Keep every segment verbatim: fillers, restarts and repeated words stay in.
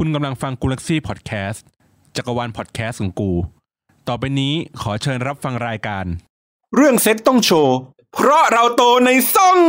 คุณกำลังฟังกูลักซี่พอดแคสต์จักรวาลพอดแคสต์ของกูต่อไปนี้ขอเชิญรับฟังรายการเรื่องเซ็ตต้องโชว์เพราะเราโตในซ่อง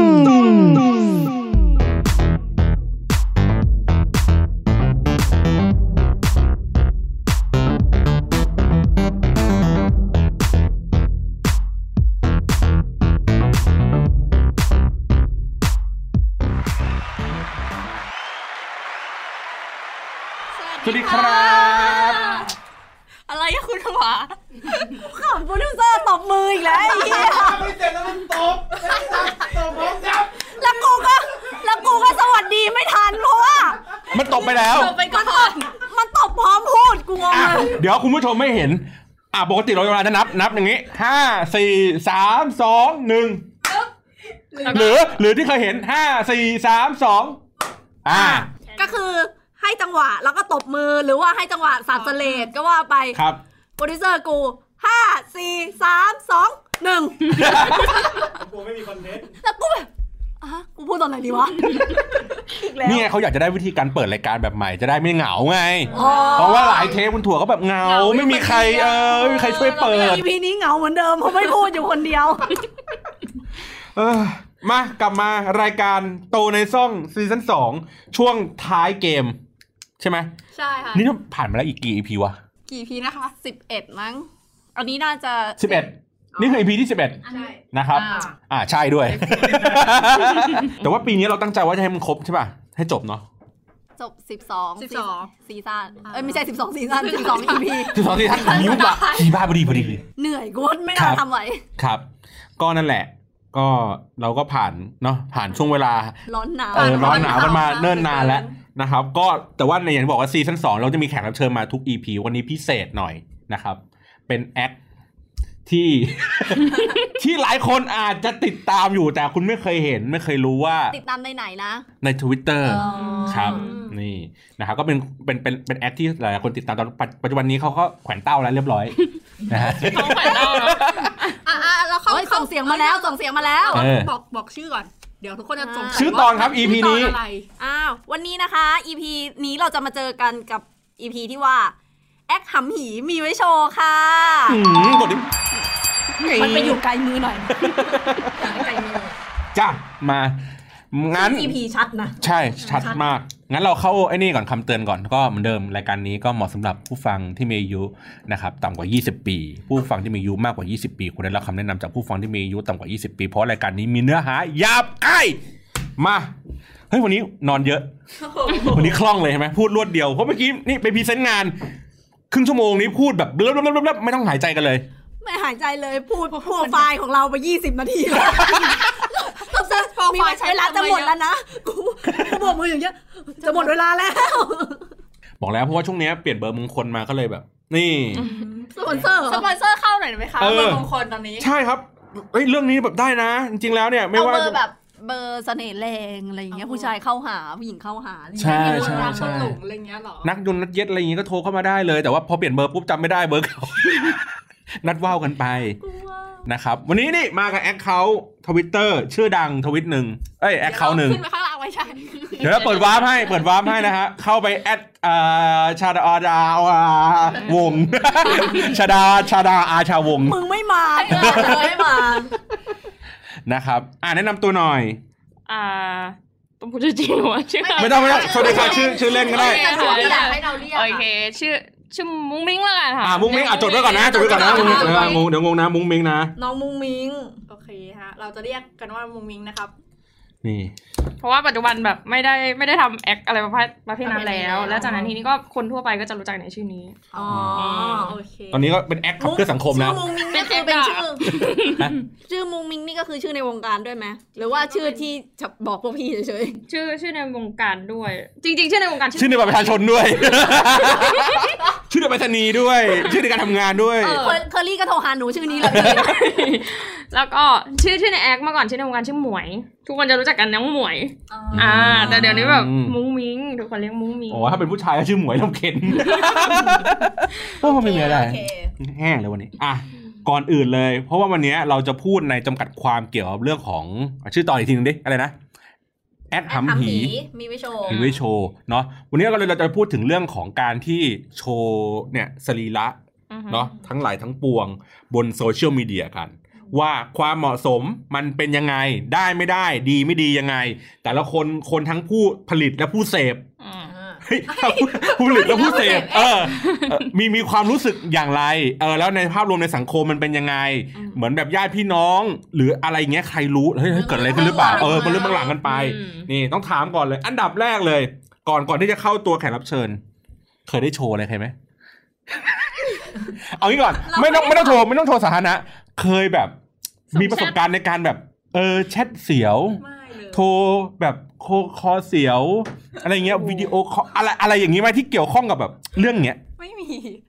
สวัสดีครับอะไรอะคุณหวาขำโปรดิวเซอร์ตบมืออีกแล้วไอ้เหี้ยไม่เสร็จแล้วมันตบตบพร้อมกันแล้วกูก็แล้วกูก็สวัสดีไม่ทันเพราะว่ามันตบไปแล้วตบไปก่อนมันตบพร้อมพูดกูงงเดี๋ยวคุณผู้ชมไม่เห็นอ่ะปกติเราเวลาจะนับนับอย่างนี้ห้า สี่ สาม สอง หนึ่งหรือหรือที่เคยเห็นห้า สี่ สาม สองอ่าก็คือให้จังหวะแล้วก็ตบมือหรือว่าให้จังหวะสับสเลดก็ว่าไปครับโปรดิวเซอร์กูห้า สี่ สาม สอง หนึ่งกูไม่มีคอนเทนต์แล้วกูแบบอ่ะกูพูดตอนไหนดีวะอีกแล้วนี่ไงเขาอยากจะได้วิธีการเปิดรายการแบบใหม่จะได้ไม่เหงาไงเพราะว่าหลายเทปคุณถั่วก็แบบเหงาไม่มีใครเออไม่มีใครช่วยเปิดอี พี นี้เหงาเหมือนเดิมเพราะไม่พูดอยู่คนเดียวเออมากลับมารายการโตในซ่องซีซั่นสองช่วงท้ายเกมใช่ไหมใช่ค่ะนี่ผ่านมาแล้วอีกกี่ อี พี วะกี่ อี พี นะคะสิบเอ็ดมั้งอันนี้น่าจะสิบเอ็ดนี่คือ อี พี ที่สิบเอ็ดนะครับอ่าใช่ด้วย แต่ว่าปีนี้เราตั้งใจว่าจะให้มันครบใช่ป่ะให้จบเนาะจบสิบสอง สิบสองซีซั่นเอ้ยไม่ใช่สิบสองซีซั่นสิบสอง อี พีสิบสองซีซั่นนิ้วบะทีบ้าพอดีพอดีเหนื่อยกูไม่น่าทำไหวครับก็นั่นแหละก็เราก็ผ่านเนาะผ่านช่วงเวลาร้อนหนาวเออร้อนหนาวมันมาเนิ่นนานแล้วนะครับก็แต่ว่าในอย่างที่บอกว่าซีซั่นสองเราจะมีแขกรับเชิญมาทุก อี พี วันนี้พิเศษหน่อยนะครับเป็นแอคที่ ที่หลายคนอาจจะติดตามอยู่แต่คุณไม่เคยเห็นไม่เคยรู้ว่าติดตามในไหนนะใน Twitter ครับนี่นะครับก็เป็นเป็นเป็นเป็นแอคที่หลายคนติดตามตอนปัจจุบันนี้เขาก็แขวนเต้าแล้วเรียบร้อยนะฮะเขาแขวนเต้าแล้วอ่ะๆแล้วเขาส่งเสียงมาแล้วส่งเสียงมาแล้วบอกบอกชื่อก่อนเดี๋ยวทุกคนจะสงสัยชื่อตอนครับ อี พี นี้อ้าววันนี้นะคะ อี พี นี้เราจะมาเจอกันกับ อี พี ที่ว่าแอคหำหีมีไว้โชว์ค่ะหืมกดดิมันไปอยู่ไกลมือหน่อยไกลมือจ้ะมางั้นอี พี ชัดนะใช่ชัดมากงั้นเราเข้าไอ้นี่ก่อนคำเตือนก่อนก็เหมือนเดิมรายการนี้ก็เหมาะสำหรับผู้ฟังที่มีอายุนะครับต่ำกว่ายี่สิบปีผู้ฟังที่มีอายุมากกว่ายี่สิบปีควรได้รับคำแนะนำจากผู้ฟังที่มีอายุต่ำกว่ายี่สิบปีเพราะรายการนี้มีเนื้อหาหยาบคายมาเฮ้ยวันนี้นอนเยอะวันนี้คล่องเลยใช่ไหมพูดรวดเดียวเพราะเมื่อกี้นี่ไปพรีเซนต์งานครึ่งชั่วโมงนี้พูดแบบเบลอๆๆๆไม่ต้องหายใจกันเลยไม่หายใจเลยพูดพูดไฟล์ของเราไปยี่สิบนาทีแล้วมีเวลาจะหมดแล้วนะกูกูบอกมืออย่างเงี้ยจะหมดเวลาแล้วบอกแล้วเพราะว่าช่วงนี้เปลี่ยนเบอร์มงคลมาก็เลยแบบนี่สปอนเซอร์สปอนเซอร์เข้าหน่อยไหมคะเบอร์มงคลตอนนี้ใช่ครับเฮ้ยเรื่องนี้แบบได้นะจริงๆแล้วเนี่ยไม่ว่าเบอร์แบบเบอร์เสน่ห์แรงอะไรอย่างเงี้ยผู้ชายเข้าหาผู้หญิงเข้าหาใช่ใช่ใช่อะไรเงี้ยหรอนักยนต์นัดเย็ดอะไรอย่างเงี้ยก็โทรเข้ามาได้เลยแต่ว่าพอเปลี่ยนเบอร์ปุ๊บจำไม่ได้เบอร์เขานัดว่าวกันไปนะครับวันนี้นี่มากับแอคเคาท์ Twitter ชื่อดังทวิตหนึ่งเอ้ยแอคเคาท์หนึ่งขึ้นไปข้างล่างไว้ใช่เดี๋ยวเราเปิดวาร์ปให้เปิดวาร์ปให้นะฮะเข้าไปแอดอ่าชาดาดาวงชาดาชาดาอาชาวงมึงไม่มาไม่มานะครับอ่าแนะนำตัวหน่อยอ่าต้องพูดจริงๆว่าชื่อไม่ต้องไม่ต้องสวัสดีค่ะชื่อชื่อเล่นก็ได้ให้เราเรียกโอเคชื่อชื่อมุ้งมิ้งแล้วกันค่ะอ่ามุ้งมิ้งอ่ะจดไว้ก่อนนะจดไว้ก่อนนะมุ้งเอองงเดี๋ยวงงนะมุ้งมิ้งนะน้องมุ้งมิ้งโอเคฮะเราจะเรียกกันว่ามุ้งมิ้งนะครับนี่เพราะว่าปัจจุบันแบบไม่ได้ไม่ได้ทำแอคอะไรประเภทประเภทนั้นแล้วแล้วจากนั้นทีนี้ก็คนทั่วไปก็จะรู้จักในชื่อนี้อ๋อโอเคตอนนี้ก็เป็นแอคขับเคลื่อนสังคมแล้วมุ้งมิ้งนี่คือเป็นชื่อชื่อมุ้งมิ้งนี่ก็คือชื่อในวงการด้วยไหมหรือว่าชื่อที่บอกพวกพี่เฉยๆชื่อชื่อในวงการด้วยจริงๆชื่อในวงการชื่อในบัตรประชาชนด้วยชื่อในไปรษณีย์ด้วยชื่อในการทำงานด้วยเคอรี่ก็โทรหาหนูชื่อนี้เลยแล้วก็ชื่อชื่อในแอคเมื่อก่อนชื่อในวงการชื่อหมวยทุกคนจะรู้จักกันน้องหมวยอ่าแต่เดี๋ยวนี้แบบมุ้งมิ้งทุกคนเรียกมุ้งมิ้งโอ้ถ้าเป็นผู้ชายก็ชื่อหมวยลำเค็นพวกมันไม่มีอะไรแห้งเลยวันนี้อ่ะก่อนอื่นเลยเพราะว่าวันนี้เราจะพูดในจำกัดความเกี่ยวกับเรื่องของชื่อตอนอีกทีนึงดิอะไรนะแอคหำหีมีวิโชว์มีวิโชว์เนาะวันนี้เราเลยเราจะพูดถึงเรื่องของการที่โชว์เนี่ยสรีระเนาะทั้งหลายทั้งปวงบนโซเชียลมีเดียกันว่าความเหมาะสมมันเป็นยังไงได้ไม่ได้ดีไม่ดียังไงแต่ละคนคนทั้งผู้ผลิตและผู้เสพผู้ผลิตและผู้เสพเออมีมีความรู้สึกอย่างไรเออแล้วในภาพรวมในสังคมมันเป็นยังไงเหมือนแบบญาติพี่น้องหรืออะไรเงี้ยใครรู้เฮ้ยเกิดอะไรขึ้นหรือเปล่าเออมันเรื่องเบื้องหลังกันไปนี่ต้องถามก่อนเลยอันดับแรกเลยก่อนก่อนที่จะเข้าตัวแขกรับเชิญเคยได้โชว์อะไรใครไหมเอางี้ก่อนไม่ต้องไม่ต้องโทรไม่ต้องโทรสาธารณะเคยแบบมีประสบการณ์ในการแบบเออแชทเสียวโทรแบบโคคอเสียวอะไรเงี้ยวิดีโออะไรอะไรอย่างงี้ไหมที่เกี่ยวข้องกับแบบเรื่องเนี้ยไม่มี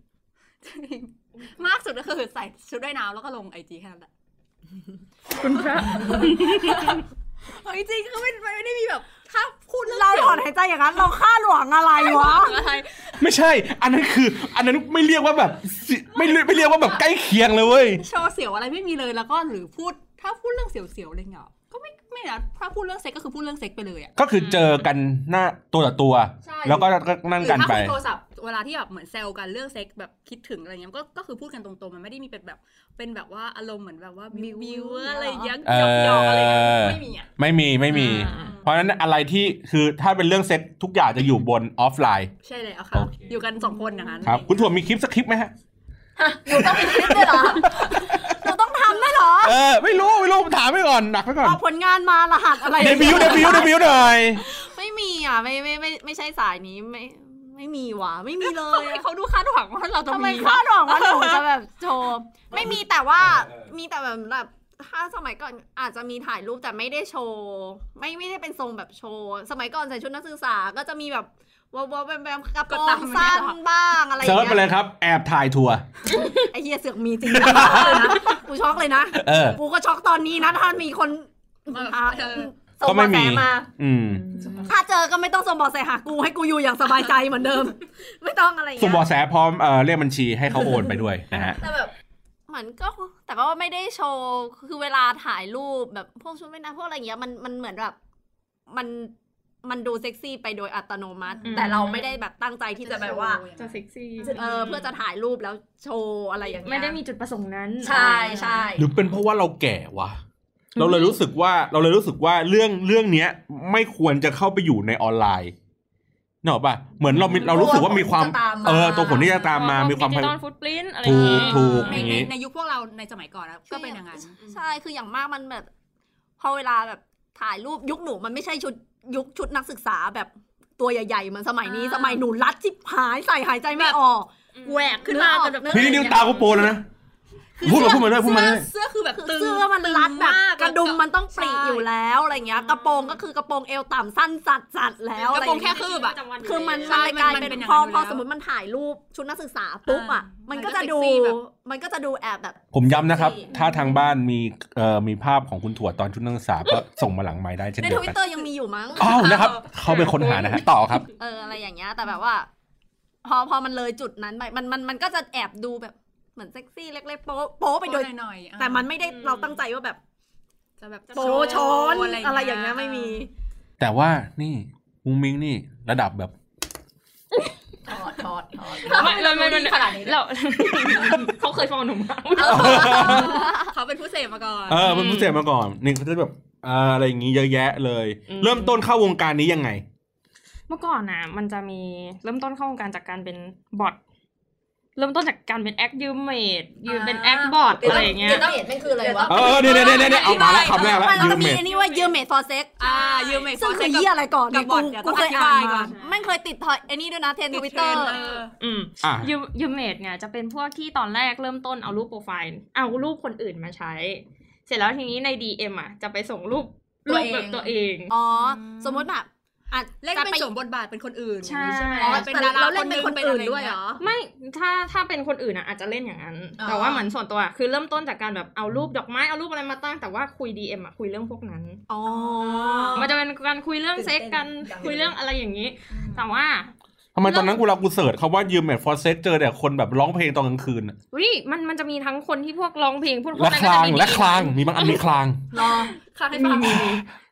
มากสุดก็คือใส่ชุดว่ายน้ำแล้วก็ลงไอจีแค่นั้นแหละคุณพระเฮ้ยจริงก็ไม่ไม่ได้มีแบบถ้าพูดเราถอนหายใจอย่างนั้นเราฆ่าหลวงอะไรวะไม่ใช่อันนั้นคืออันนั้นไม่เรียกว่าแบบไม่ไม่เรียกว่าแบบใกล้เคียงเลยเว้ยโชว์เสียวอะไรไม่มีเลยแล้วก็หรือพูดถ้าพูดเรื่องเสียวๆอะไรเงี้ยก็ไม่ไม่นะถ้าพูดเรื่องเซ็กก็คือพูดเรื่องเซ็กไปเลยอ่ะก็คือเจอกันหน้าตัวต่อตัวแล้วก็นั่งกันไปหรือถ้าคุยโทรศัพท์เวลาที่แบบเหมือนแซวกันเรื่องเซ็กแบบคิดถึงอะไรเงี้ยก็ก็คือพูดกันตรงๆมันไม่ได้มีเป็นแบบเป็นแบบว่าอารมณ์เหมือนแบบว่าบิวบิวอะไรยักยอกๆอะไรเงี้ยไม่มีอ่ะไม่มีไม่มีเพราะฉะนั้นอะไรที่คือถ้าเป็นเรื่องเซ็กทุกอย่างจะอยู่บนออฟไลน์ใช่เลยอะค่ะอยู่กันสองคนอย่างนั้นครับคุณถั่วมีคลิปสักคลิปไหมฮะหนูต้องมีคลิปด้วยเหรอหนูต้องทำด้วยเหรอเออไม่รู้ไม่รู้ถามไปก่อนหนักไปก่อนเอาผลงานมารหัสอะไรเดบิวต์เดบิวต์เดบิวต์หน่อยไม่มีอ่ะไม่ไม่ไม่ไม่ใช่สายนี้ไม่ไม่มีว่ะไม่มีเลยเขาดูคาดหวังว่าเราจะมีทำไมคาดหวังว่าหนูจะแบบโชว์ไม่มีแต่ว่ามีแต่แบบแบบถ้าสมัยก่อนอาจจะมีถ่ายรูปแต่ไม่ได้โชว์ไม่ไม่ได้เป็นทรงแบบโชว์สมัยก่อนใส่ชุดนักศึกษาก็จะมีแบบวอลๆแบบกระโปรงสั้นบ้างอะไรอย่างเงี้ยเซิร์ชไปเลยครับแอบถ่ายทัวร์ไอ้เหี้ยเสือกมีจริงนะกูช็อกเลยนะกูก็ช็อกตอนนี้นะถ้ามีคนส่งเบาะแสมาถ้าเจอก็ไม่ต้องส่งเบาะแสหากูให้กูอยู่อย่างสบายใจเหมือนเดิมไม่ต้องอะไรอย่างเงี้ยส่งเบาะแสพร้อมเอ่อเรียกบัญชีให้เขาโอนไปด้วยนะฮะแต่แบบเหมือนก็แต่ก็ไม่ได้โชว์คือเวลาถ่ายรูปแบบพวกชุดว่ายน้ำพวกอะไรอย่างเงี้ยมันมันเหมือนแบบมันมันดูเซ็กซี่ไปโดยอัตโนมัติแต่เราไม่ได้แบบตั้งใจที่จะแบบว่าจะเซ็กซี่เออเพื่อจะถ่ายรูปแล้วโชว์อะไรอย่างเงี้ยไม่ได้มีจุดประสงค์นั้นใช่ใช่หรือเป็นเพราะว่าเราแก่วะเราเลยรู้สึกว่าเราเลยรู้สึกว่าเรื่องเรื่องนี้ไม่ควรจะเข้าไปอยู่ในออนไลน์เนอะป่ะเหมือนเราเรารู้สึกว่ามีความเออตัวผลที่จะตามมามีความดิจิตอลฟุตพริ้นท์อะไรถูกถูกอย่างงี้ในยุคพวกเราในสมัยก่อนก็เป็นอย่างนั้นใช่คืออย่างมากมันแบบพอเวลาแบบถ่ายรูปยุคหนูมันไม่ใช่ชุดยุคชุดนักศึกษาแบบตัวใหญ่ๆเหมือนสมัยนี้สมัยหนูรัดจิบหายใส่หายใจไม่ออกแหวกขึ้นมาแบบพี่นิ้วตาก็โปแล้วนะพูดมาพูดมาด้วยพูดมาด้วยเสื้อคือแบบตึงเสื้อมันรัดแบบกระดุมมันต้องปริอยู่แล้วอะไรเงี้ยกระโปรงก็คือกระโปรงเอวต่ำสั้นจัดจัดแล้วกระโปรงแค่คืบอะคือมันมันรายการเป็นพอพอสมมติมันถ่ายรูปชุดนักศึกษาปุ๊บอะมันก็จะดูมันก็จะดูแอบแบบผมย้ำนะครับถ้าทางบ้านมีเอ่อมีภาพของคุณถั่วตอนชุดนักศึกษาก็ส่งมาหลังไมค์ได้เช่นเดียวกันใน Twitter ยังมีอยู่มั้งอ้าวนะครับเขาเป็นคนหานะฮะต่อครับเอออะไรอย่างเงี้ยแต่แบบว่าพอพอมันเลยจุดนั้นไปมันมันมันก็จะแอบดูแบบเหมือนเซ็กซี่เล็กๆโป๊ะโป๊ะไปโดยหน่อยๆแต่มันไม่ได้เราตั้งใจว่าแบบจะแบบโป๊ะช้อนอะไรอย่างเงี้ยไม่มีแต่ว่านี่มุ้งมิ้งนี่ระดับแบบถอดถอดถอดไม่เราไม่ไม่ขนาดนี้เราเขาเคยฟังหนูมาเขาเป็นผู้เสพมาก่อนเออเป็นผู้เสพมาก่อนนี่เขาจะแบบอะไรอย่างงี้เยอะแยะเลยเริ่มต้นเข้าวงการนี้ยังไงเมื่อก่อนนะมันจะมีเริ่มต้นเข้าวงการจากการเป็นบอทเริ่มต้นจากการเป็นแอคยูเมดยืนเป็นแอคบอทอะไรอย่างเงี้ยยูเมดไม่คืออะไรวะเออเนี่ยเนี่ยเนี่ยเอามาแล้วคำแรกแล้วยูเมดนี่ว่ายูเมด for sex อ่ายูเมด for sex คืออะไรก่อนกูกูเคยอ่านก่อนไม่เคยติดทอยไอ้นี่ด้วยนะเทรนด์ Twitter อืมยูยูเมดเนี่ยจะเป็นพวกที่ตอนแรกเริ่มต้นเอารูปโปรไฟล์เอารูปคนอื่นมาใช้เสร็จแล้วทีนี้ใน ดี เอ็ม อ่ะจะไปส่งรูปรูปแบบตัวเองอ๋อสมมติแบบอ่ะเล่นเป็นสวมบทบาทเป็นคนอื่นใช่ไหมเป็นดาราคนนึงเป็นอื่นด้วยเหรอไม่ถ้าถ้าเป็นคนอื่นอ่ะอาจจะเล่นอย่างนั้นแต่ว่าเหมือนส่วนตัวคือเริ่มต้นจากการแบบเอารูปดอกไม้เอารูปอะไรมาตั้งแต่ว่าคุย ดี เอ็ม อ่ะคุยเรื่องพวกนั้นอ๋อมันจะเป็นการคุยเรื่องเซ็กกันคุยเรื่องอะไรอย่างนี้แต่ว่าทำไมตอนนั้นกูเรากูเสิร์ชเขาว่ายืมแมทฟอร์เซสเจอแต่คนแบบร้องเพลงตอนกลางคืนอ่ะอุ้ยมันมันจะมีทั้งคนที่พวกร้องเพลงพวกและคลางและคลางมีบางอันมีคลางรอคลางให้ฟัง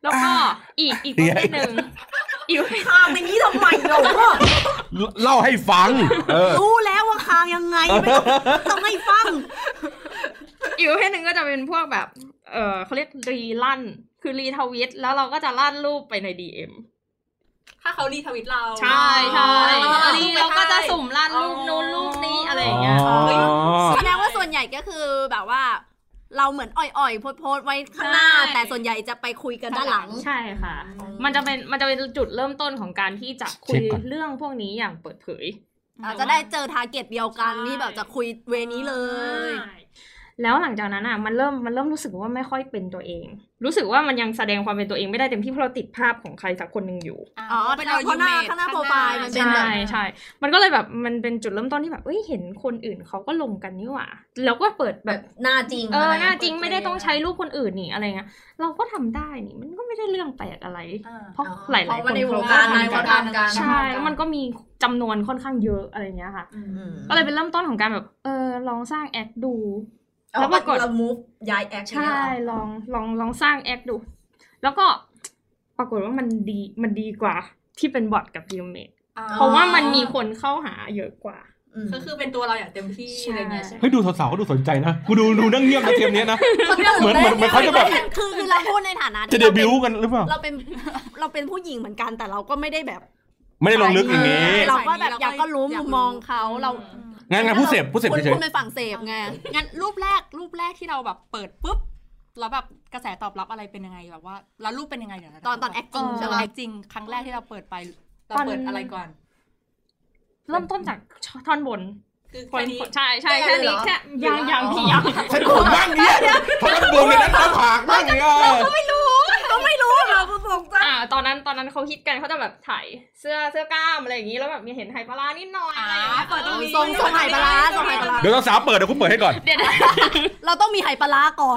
แล้วก็อีกอีกประเภทนึงอีกคางอย่างนี้ทำไมเราเล่าให้ฟังรู้แล้วว่าคางยังไงไม่ต้องให้ฟังอีกประเภทนึงก็จะเป็นพวกแบบเออเขาเรียกรีลั่นคือรีทวิตแล้วเราก็จะลั่นรูปไปใน ดี เอ็มถ้าเขารีทวิตเราใช่ใช่รีเราก็จะสุ่มลั่นรูปนู้นรูปนี้อะไรอย่างเงี้ยแสดงว่าส่วนใหญ่ก็คือแบบว่าเราเหมือนอ่อยๆโพสๆไว้ข้างหน้าแต่ส่วนใหญ่จะไปคุยกันด้านหลังใช่ค่ะมันจะเป็นมันจะเป็นจุดเริ่มต้นของการที่จะคุยเรื่องพวกนี้อย่างเปิดเผยอาจจะได้เจอทาร์เก็ตเดียวกันนี่แบบจะคุยเวนี้เลยแล้วหลังจากนั้นอ่ะมันเริ่มมันเริ่มรู้สึกว่าไม่ค่อยเป็นตัวเองรู้สึกว่ามันยังแสดงความเป็นตัวเองไม่ได้เต็มที่เพราะเราติดภาพของใครสักคนนึงอยู่อ๋อเป็นเพราะหน้าข้างหน้าโปรไฟล์มันเป็นแบบใช่ใช่มันก็เลยแบบมันเป็นจุดเริ่มต้นที่แบบเอ้ยเห็นคนอื่นเขาก็ลงกันนี่หว่าแล้วก็เปิดแบบหน้าจริงเออหน้าจริงไม่ได้ต้องใช้รูปคนอื่นนี่อะไรเงี้ยเราก็ทำได้นี่มันก็ไม่ได้เรื่องแปลกอะไรเพราะหลายๆคนเขาการในวงการกันใช่แล้วมันก็มีจำนวนค่อนข้างเยอะอะไรเงี้ยค่ะก็เลยเป็นเริ่มต้นของการแบบเออลองสร้างแอคดูแล้วปรากฏเรา move ย้ายแอคใช่ลองลองลองสร้างแอคดูแล้วก็ปรากฏว่ามันดีมันดีกว่าที่เป็นบอทกับดีมเมทเพราะว่ามันมีคนเข้าหาเยอะกว่าก็คือเป็นตัวเราอย่างเต็มที่อะไรเงี้ยเฮ้ยดูสาวๆก็ดูสนใจนะกูดูดูนั่งเงียบในเกมนี้นะเหมือนเหมือนเขาจะแบบคือคือเราพูดในฐานะจะเดบิวต์กันหรือเปล่าเราเป็นเราเป็นผู้หญิงเหมือนกันแต่เราก็ไม่ได้แบบไม่ได้ลงลึกอย่างนี้เราก็แบบอยากก็รู้มุมมองเขาเรางั้นงั้นผู้เสพผู้เสพเฉยๆคุณเป็นฝั่งเสพไงงั้นรูปแรกรูปแรกที่เราแบบเปิดปุ๊บแล้วแบบกระแสตอบรับอะไรเป็นยังไงแบบว่าแล้วรูปเป็นยังไงเดี๋ยวตอนตอนแอคจริงใช่ไหมแอคจริงครั้งแรกที่เราเปิดไปเราเปิดอะไรก่อนเริ่มต้นจากท่อนบนคือคนใช่ใช่แค่นี้แค่ยังยังพี่ยังฉันผมบ้างเนี่ยท่อนบนเลยนะท่อนผากบ้างเนี่ยเราก็ไม่รู้ก็ไม่รู้เราก็สงสัยอ่าตอนนั้นตอนนั้นเขาฮิตกันเขาจะแบบถ่ายเสื้อเสื้อกล้ามอะไรอย่างนี้แล้วแบบมีเห็นไหปลานิดหน่อยอะไรอย่างเงี้ยเปิดตรงนี้ทรงทรงไหปลาทรงไหปลาเดี๋ยวเราสาวเปิดเดี๋ยวคุณเปิดให้ก่อนเดี๋ยวเราต้องมีไหปลาก่อน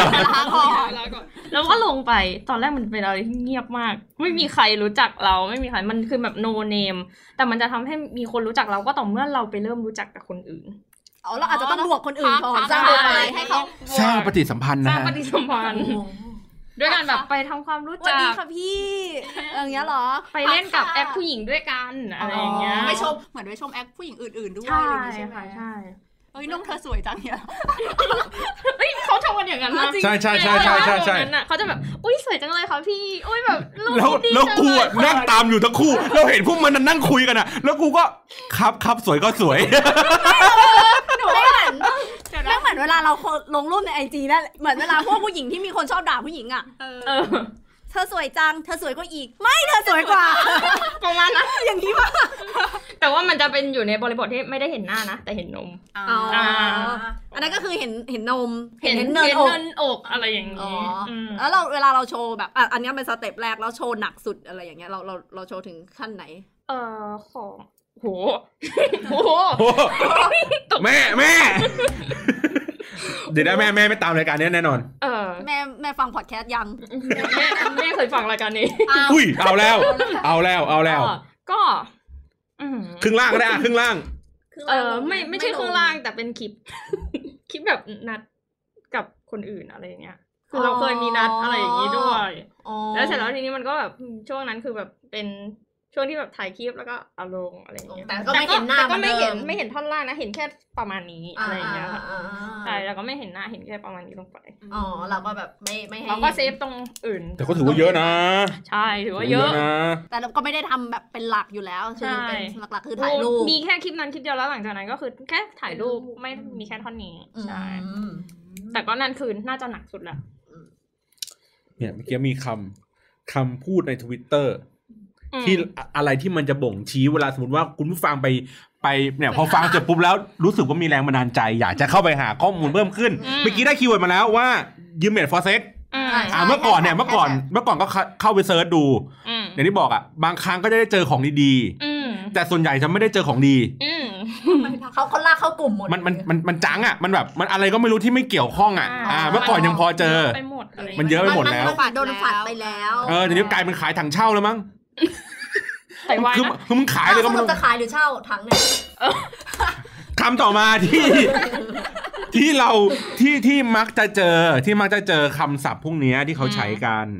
แล้วก็ลงไปตอนแรกมันเป็นอะไรที่เงียบมากไม่มีใครรู้จักเราไม่มีใครมันคือแบบ no name แต่มันจะทำให้มีคนรู้จักเราก็ต่อเมื่อเราไปเริ่มรู้จักกับคนอื่นอ๋อเราอาจจะต้องบวกคนอื่นก่อนสร้างอะไรให้เขาสร้างปฏิสัมพันธ์นะสร้างปฏิสัมพันธ์ด้วยการแบบไปทำความรู้จักสวัสดีค่ะพี่อย่างเงี้ยหรอไปเล่นกับแอปผู้หญิงด้วยกันอะไรอย่างเงี้ยไปชมเหมือนไปชมแอปผู้หญิงอื่นๆด้วยใช่ค่ะใช่เอ้ยน้องเธอสวยจังเนี่ยเฮ้ยเขาทำกันอย่างนั้นนะใช่ใช่ใช่ใช่ใช่ใช่เขาจะแบบอุ้ยสวยจังเลยค่ะพี่อุ้ยแบบแล้วแล้วกูนั่งตามอยู่ทั้งคู่เราเห็นพวกมันนั่งคุยกันอ่ะแล้วกูก็ครับครับสวยก็สวยหนูไม่เหมือนไม่เหมือนเวลาเราลงรูปในไอจีนั่นเหมือนเวลาพวกผู้หญิงที่มีคนชอบด่าผู้หญิงอ่ะเธอสวยจังเธอสวยกว่าอีกไม่เธอสวยกว่าประมาณนั้นอย่างนี้ป่ะแต่ว่ามันจะเป็นอยู่ในบริบทที่ไม่ได้เห็นหน้านะแต่เห็นนมอ๋ออันนั้นก็คือเห็นเห็นนมเห็นเนินอกอะไรอย่างนี้แล้วเราเวลาเราโชว์แบบอันนี้เป็นสเต็ปแรกแล้วโชว์หนักสุดอะไรอย่างเงี้ยเราเราเราโชว์ถึงขั้นไหนเออของโหโหแม่แม่เดี๋ยวนะแม่แม่ไม่ตามรายการนี้แน่นอนเออแม่แม่ฟังพอดแคสต์ยังแม่แม่เคยฟังรายการนี้อุ้ยเอาแล้วเอาแล้วเอาแล้วก็ครึ่งล่างก็ได้อะครึ่งล่างเออไม่ไม่ใช่ครึ่งล่างแต่เป็นคลิปคลิปแบบนัดกับคนอื่นอะไรอย่างเงี้ยคือเราเคยมีนัดอะไรอย่างงี้ด้วยแล้วเสร็จแล้วทีนี้มันก็แบบช่วงนั้นคือแบบเป็นช่วงที่แบบถ่ายคลิปแล้วก็เอาลงอะไรอย่างเงี้ยแต่ก็ไม่เห็นหน้าแต่ก็ไม่เห็นไม่เห็นท่อนล่างนะเห็นแค่ประมาณนี้อะไรอย่างเงี้ยค่ะใช่แล้วก็ไม่เห็นหน้าเห็นแค่ประมาณนี้ลงไปอ๋อเราก็แบบไม่ไม่ให้เราก็เซฟตรงอื่นแต่ก็ถือว่าเยอะนะใช่ถือว่าเยอะนะแต่เราก็ไม่ได้ทำแบบเป็นหลักอยู่แล้วคือเป็นหลักๆคือถ่ายรูปมีแค่คลิปนั้นคลิปเดียวแล้วหลังจากนั้นก็คือแค่ถ่ายรูปไม่มีแค่ท่อนนี้ใช่แต่ก็นั่นคือน่าจะหนักสุดแหละเนี่ยเมื่อกี้มีคำคำพูดใน Twitterที่อะไรที่มันจะบ่งชี้เวลาสมมติว่าคุณผู้ฟังไปไปเนี่ยพอฟังเสร็จปุ๊บแล้วรู้สึกว่ามีแรงบันดาลใจอยากจะเข้าไปหาข้อมูลเพิ่มขึ้นเมื่อกี้ได้คีย์เวิร์ดมาแล้วว่ายืมเมดฟอร์เซ็กอ่าเมื่อก่อนเนี่ยเมื่อก่อนเมื่อก่อนก็เข้าไปเซิร์ชดูอย่างที่บอกอ่ะบางครั้งก็จะได้เจอของดีๆแต่ส่วนใหญ่จะไม่ได้เจอของดีเขาเขาลากเข้ากลุ่มหมดมันมันมันมันจังอ่ะมันแบบมันอะไรก็ไม่รู้ที่ไม่เกี่ยวข้องอ่ะอ่าเมื่อก่อนยังพอเจอมันเยอะไปหมดแล้วโดนฝาดไปแล้วเออเดี๋ยวนี้กลายเป็นขายถังเช่าแล้วมั้งคือคือมึงขายเลยก็ไม่รู้จะขายหรือเช่าถังเนี่ยคำต่อมาที่ที่เราที่ที่มักจะเจอที่มักจะเจอคำศัพท์พวกนี้ที่เขาใช้กัน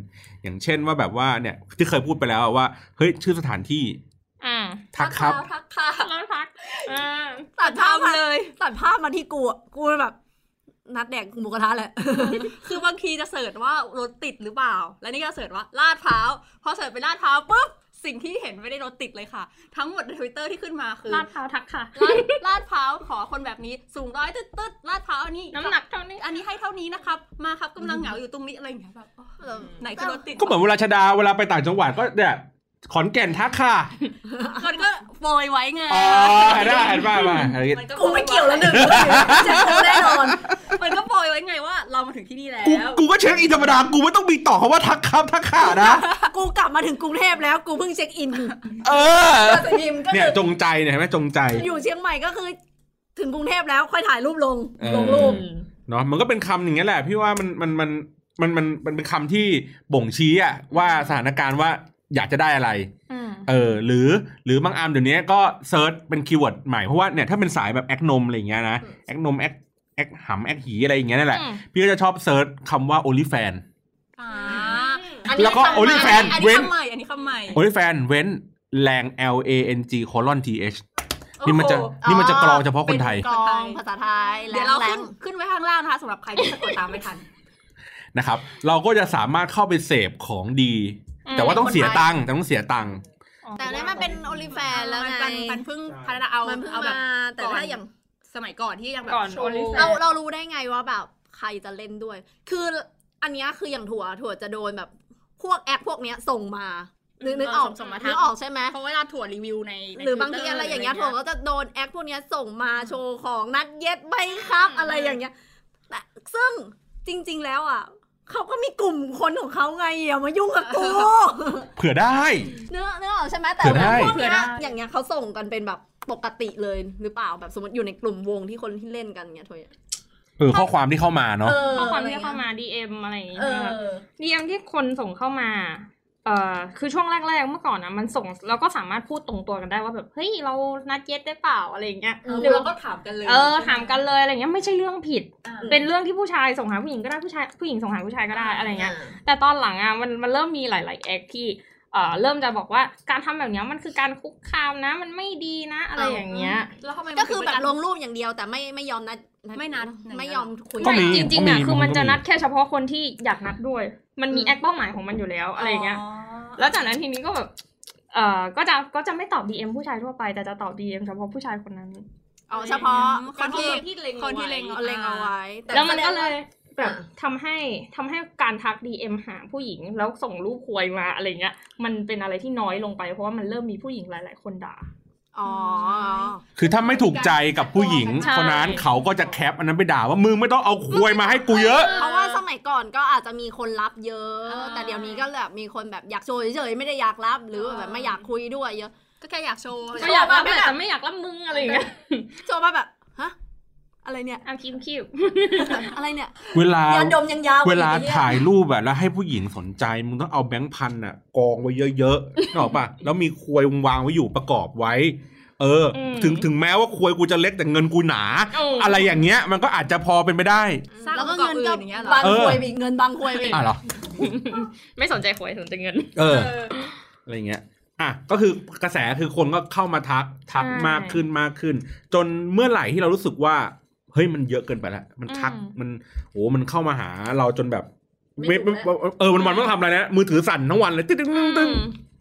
อย่างเช่นว่าแบบว่าเนี่ยที่เคยพูดไปแล้วว่าเฮ้ยชื่อสถานที่ทักครับทักค่ะแล้วทักตัดภาพเลยตัดภาพมาที่กูกูแบบนัดแดกหมูกระทะแหละ คือบางทีจะเสิร์ชว่ารถติดหรือเปล่าแล้วนี่ก็เสิร์ชว่าลาดพร้าวพอเสิร์ชไปลาดพร้าวปุ๊บสิ่งที่เห็นไม่ได้รถติดเลยค่ะทั้งหมดใน Twitter ที่ขึ้นมาคือลาดพร้าวทักค่ะลาดพร้าวขอคนแบบนี้สูงร้อยตึ๊ดตึ๊ดลาดพร้าวนี่น้ำหนักเท่านี้อันนี้ให้เท่านี้นะครับมาครับกำลังเหงาอยู่ตรงนี้อะไรอย่างเงี้ยแบบไหนคือรถติดก็เหมือนเวลาชดาเวลาไปต่างจังหวัดก็เนี่ยขอนแก่นทักค่ะมันก็โปรยไว้ไงอ๋อได้เห็นป่ะมากูไม่เกี่ยวแล้วหนึ่งเช็คแน่นอนมันก็โปรยไว้ไงว่าเรามาถึงที่นี่แล้วกูก็เช็คอินธรรมดากูไม่ต้องมีต่อคำว่าทักครับทักค่ะนะกูกลับมาถึงกรุงเทพแล้วกูเพิ่งเช็คอินเออเนี่ยจงใจเนี่ยเห็นไหมจงใจอยู่เชียงใหม่ก็คือถึงกรุงเทพแล้วค่อยถ่ายรูปลงลงรูปเนาะมันก็เป็นคำอย่างนี้แหละพี่ว่ามันมันมันมันมันมันเป็นคำที่บ่งชี้อะว่าสถานการณ์ว่าอยากจะได้อะไรเออหรือหรือบางอันเดี๋ยวนี้ก็เซิร์ชเป็นคีย์เวิร์ดใหม่เพราะว่าเนี่ยถ้าเป็นสายแบบแอคนมอะไรอย่างเงี้ยนะแอคนมแอคแอคหำแอคหีอะไรอย่างเงี้ยนั่นแหละพี่ก็จะชอบเซิร์ชคำว่า OnlyFans แล้วก็ OnlyFans เว้นอันนี้คำใหม่ OnlyFans เว้นแรง L A N G colon T H นี่มันจะนี่มันจะกรองเฉพาะคนไทยกรองภาษาไทยเดี๋ยวเราขึ้นขึ้นไว้ข้างล่างนะคะสำหรับใครที่สะกดตามไม่ทันนะครับเราก็จะสามารถเข้าไปเสพของดีแต่ว่าต้องเสียตังค์แต่ต้องเสียตังค์แต่นี่มันเป็น OnlyFans แล้วไงมันเพิ่งพัฒนาเอาเอาแบบแต่ถ้าอย่างสมัยก่อนที่ยังแบบเราเรารู้ได้ไงว่าแบบใครจะเล่นด้วยคืออันนี้คืออย่างถั่วถั่วจะโดนแบบพวกแอคพวกเนี้ยส่งมานึกนึกออกนึกออกใช่ไหมเพราะเวลาถั่วรีวิวในหรือบางทีอะไรอย่างเงี้ยถั่วก็จะโดนแอคพวกเนี้ยส่งมาโชว์ของนัดเย็ดใบครับอะไรอย่างเงี้ยแต่ซึ่งจริงๆแล้วอ่ะเขาก็มีกลุ่มคนของเขาไงอย่ามายุ่งกับกูเผื่อได้เนื้อเนื้อออกใช่ไหมแต่พวกเนี้ยอย่างเงี้ยเขาส่งกันเป็นแบบปกติเลยหรือเปล่าแบบสมมติอยู่ในกลุ่มวงที่คนที่เล่นกันเงี้ยถั่วเออข้อความที่เข้ามาเนาะข้อความที่เข้ามา ดี เอ็ม อะไรอย่างเงี้ย ดี เอ็ม ที่คนส่งเข้ามาเอ่อคือช่วงแรกๆเมื่อก่อนนะมันส่งเราก็สามารถพูดตรงตัวกันได้ว่าแบบเฮ้ยเรานัดเย็ดได้เปล่าอะไรอย่างเงี้ยหรือเราก็ถามกันเลยเออถามกันเลยอะไรเงี้ยไม่ใช่เรื่องผิดเป็นเรื่องที่ผู้ชายส่งหาผู้หญิงก็ได้ผู้ชายผู้หญิงส่งหาผู้ชายก็ได้อะไรเงี้ยแต่ตอนหลังอ่ะมันมันเริ่มมีหลายๆแอคที่เอ่อเริ่มจะบอกว่าการทำแบบนี้มันคือการคุกคามนะมันไม่ดีนะอะไรอย่างเงี้ยก็คือแบบลงรูปอย่างเดียวแต่ไม่ไม่ยอมนัดไม่นัดไม่ยอมคุยจริงๆอ่ะคือมันจะนัดแค่เฉพาะคนที่อยากนัดด้วยมันมีแอคเป้าหมายของมันอยู่แล้วอะไรเงี้ยแล้วจากนั้นทีนี้ก็แบบเอ่อก็จะก็จะไม่ตอบ ดี เอ็ม ผู้ชายทั่วไปแต่จะตอบ ดี เอ็ม เฉพาะผู้ชายคนนั้นอ๋อเฉพาะคนที่คนที่เล็งเอาเล็งเอาไว้แล้วมันก็เลยแบบทำให้ทำให้การทัก ดี เอ็ม หาผู้หญิงแล้วส่งรูปควยมาอะไรเงี้ยมันเป็นอะไรที่น้อยลงไปเพราะว่ามันเริ่มมีผู้หญิงหลายๆคนด่าอ๋อคือถ้าไม่ถูกใจกับผู้หญิงคนนั้นเขาก็จะแคปอันนั้นไปด่าว่ามึงไม่ต้องเอาควยมาให้กูเยอะเพราะว่าสมัยก่อนก็อาจจะมีคนรับเยอะแต่เดี๋ยวนี้ก็แบบมีคนแบบอยากโชว์เฉยๆไม่ได้อยากรับหรือแบบไม่อยากคุยด้วยเยอะก็แค่อยากโชว์ก็อยากรับแต่ไม่อยากรับมึงอะไรอย่างเงี้ยโชว์มาแบบฮะอะไรเนี่ยอ่ะคิมคิวอะไรเนี่ยเวลาดมยังยาวเวลาถ่ายรูปแบบแล้วให้ผู้หญิงสนใจมึงต้องเอาแบงค์พันน่ะกองไว้เยอะๆนึกออกป่ะแล้วมีควยวางไว้อยู่ประกอบไว้เออถึงถึงแม้ว่าควยกูจะเล็กแต่เงินกูหนาอะไรอย่างเงี้ยมันก็อาจจะพอเป็นไปได้แล้วก็เงินก็บางควยไปเงินบางควยไปอ่ะเหรอไม่สนใจควยสนใจเงินเอออะไรเงี้ยอ่ะก็คือกระแสคือคนก็เข้ามาทักทักมากขึ้นมากขึ้นจนเมื่อไหร่ที่เรารู้สึกว่าเฮ้ยมันเยอะเกินไปแล้วมันทักมันโอ้มันเข้ามาหาเราจนแบบเออวันๆไม่ต้องทำอะไรนะมือถือสั่นทั้งวันเลยตึ้งตึ้งตึ้ง